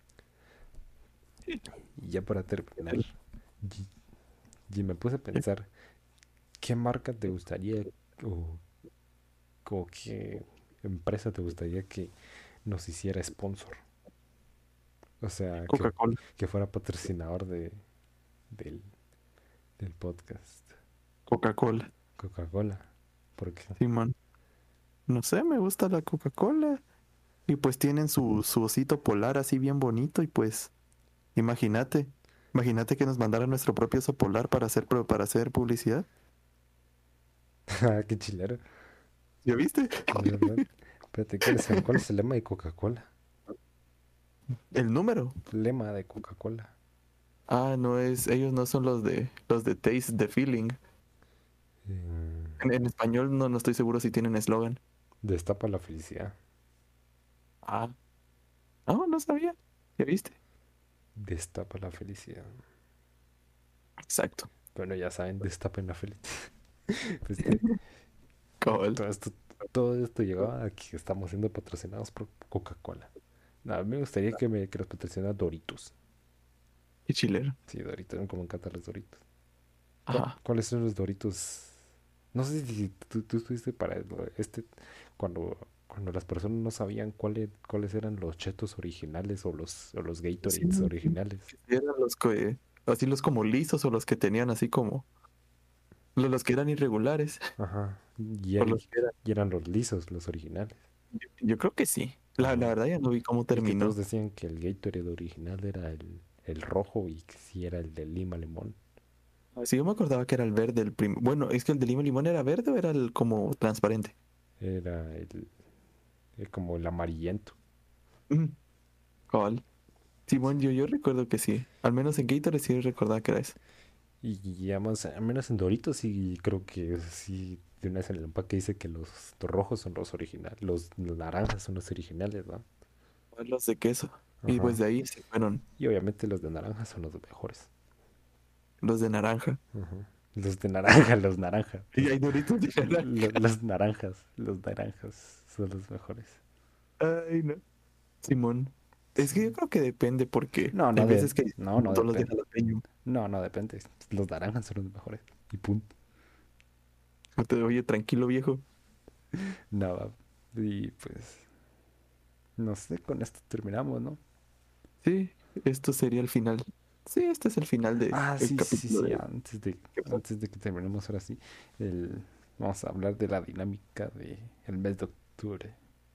Y ya para terminar, y, y me puse a pensar, ¿qué marca te gustaría o, o qué empresa te gustaría que nos hiciera sponsor? O sea, Coca-Cola, que fuera patrocinador del, del podcast. Coca-Cola, Coca-Cola. Porque Simón. No sé, me gusta la Coca-Cola. Y pues tienen su osito polar así bien bonito. Y pues, imagínate que nos mandaran nuestro propio oso polar para hacer publicidad. ah, qué chilero. ¿Ya viste? De verdad. Espérate, ¿cuál es el lema de Coca-Cola? El número. El lema de Coca-Cola. Ah, no es, ellos no son los de Taste the Feeling. Eh, En español no estoy seguro si tienen eslogan. Destapa la felicidad. Ah, no sabía. ¿Ya viste? Destapa la felicidad. Exacto. Bueno, ya saben, destapen la felicidad. Pues, Cabal. todo esto, todo esto llegaba a que estamos siendo patrocinados por Coca-Cola. No, a mí me gustaría que nos patrocinara Doritos. Qué chilero. Sí, Doritos, como me encantan los Doritos. Ajá. ¿Cuáles son los Doritos? No sé si tú estuviste para cuando las personas no sabían cuáles eran los chetos originales o los Sí, Gatorades originales. eran así los como lisos o los que tenían así como, los que eran irregulares. Ajá. Y, O er- los que eran, y eran los lisos, los originales. yo creo que sí. La Ajá. verdad ya no vi cómo Es que todos terminó. decían que el Gatorade original era el rojo y que sí era el de lima limón. Sí, yo me acordaba que era el verde Bueno, es que el de Lima Limón era verde o era el como transparente. Era como el amarillento. Mm, cabal. Simón, yo recuerdo que sí. Al menos en Gatorade sí recordaba que era eso. Y además, al menos en Doritos sí creo que sí, de una vez en el empaque dice que los rojos son los originales, los naranjas son los originales, ¿va? Los de queso. Y pues Ajá. de ahí se fueron Y obviamente los de naranja son los mejores. los de naranja. Ajá. Los de naranja, los naranjas. Y hay Doritos de naranja. Los naranjas son los mejores. Ay, no. Simón. Es Sí. que yo creo que depende porque No, hay no, veces que no, no todos los de depende. jalapeño. No, no depende. Los naranjas son los mejores. Y punto. Oye, tranquilo, viejo. No, va. Y pues, no sé, con esto terminamos, ¿no? Sí, esto sería el final. Sí, este es el final de Ah, el sí, sí, capítulo sí. de... Antes de que terminemos ahora sí, el, vamos a hablar de la dinámica del mes de octubre. octubre.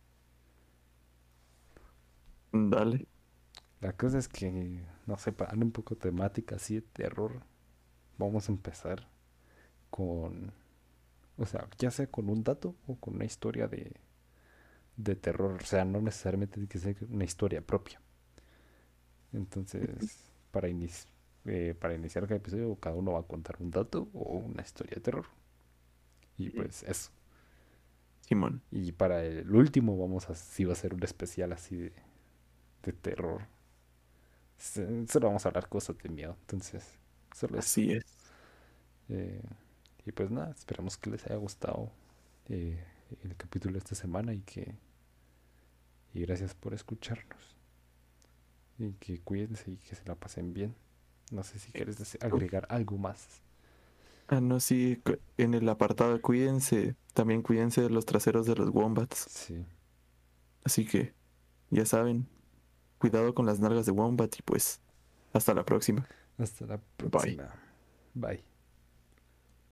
Dale. La cosa es que, no sé, para darle un poco temática así de terror, vamos a empezar con, o sea, ya sea con un dato o con una historia de terror. O sea, no necesariamente tiene que ser una historia propia. Entonces, para iniciar cada episodio, cada uno va a contar un dato o una historia de terror. Y pues eso. Simón. Y para el último sí va a ser un especial así de terror. Solo vamos a hablar cosas de miedo. Entonces, solo eso. Así es. Eh, y pues nada, esperamos que les haya gustado eh, el capítulo de esta semana y gracias por escucharnos. Y que cuídense y que se la pasen bien. No sé si quieres Uf. agregar algo más. Ah, no, sí, en el apartado cuídense, también cuídense de los traseros de los wombats. Sí. Así que, ya saben, cuidado con las nalgas de wombat y pues, hasta la próxima. Hasta la Bye. próxima. Bye.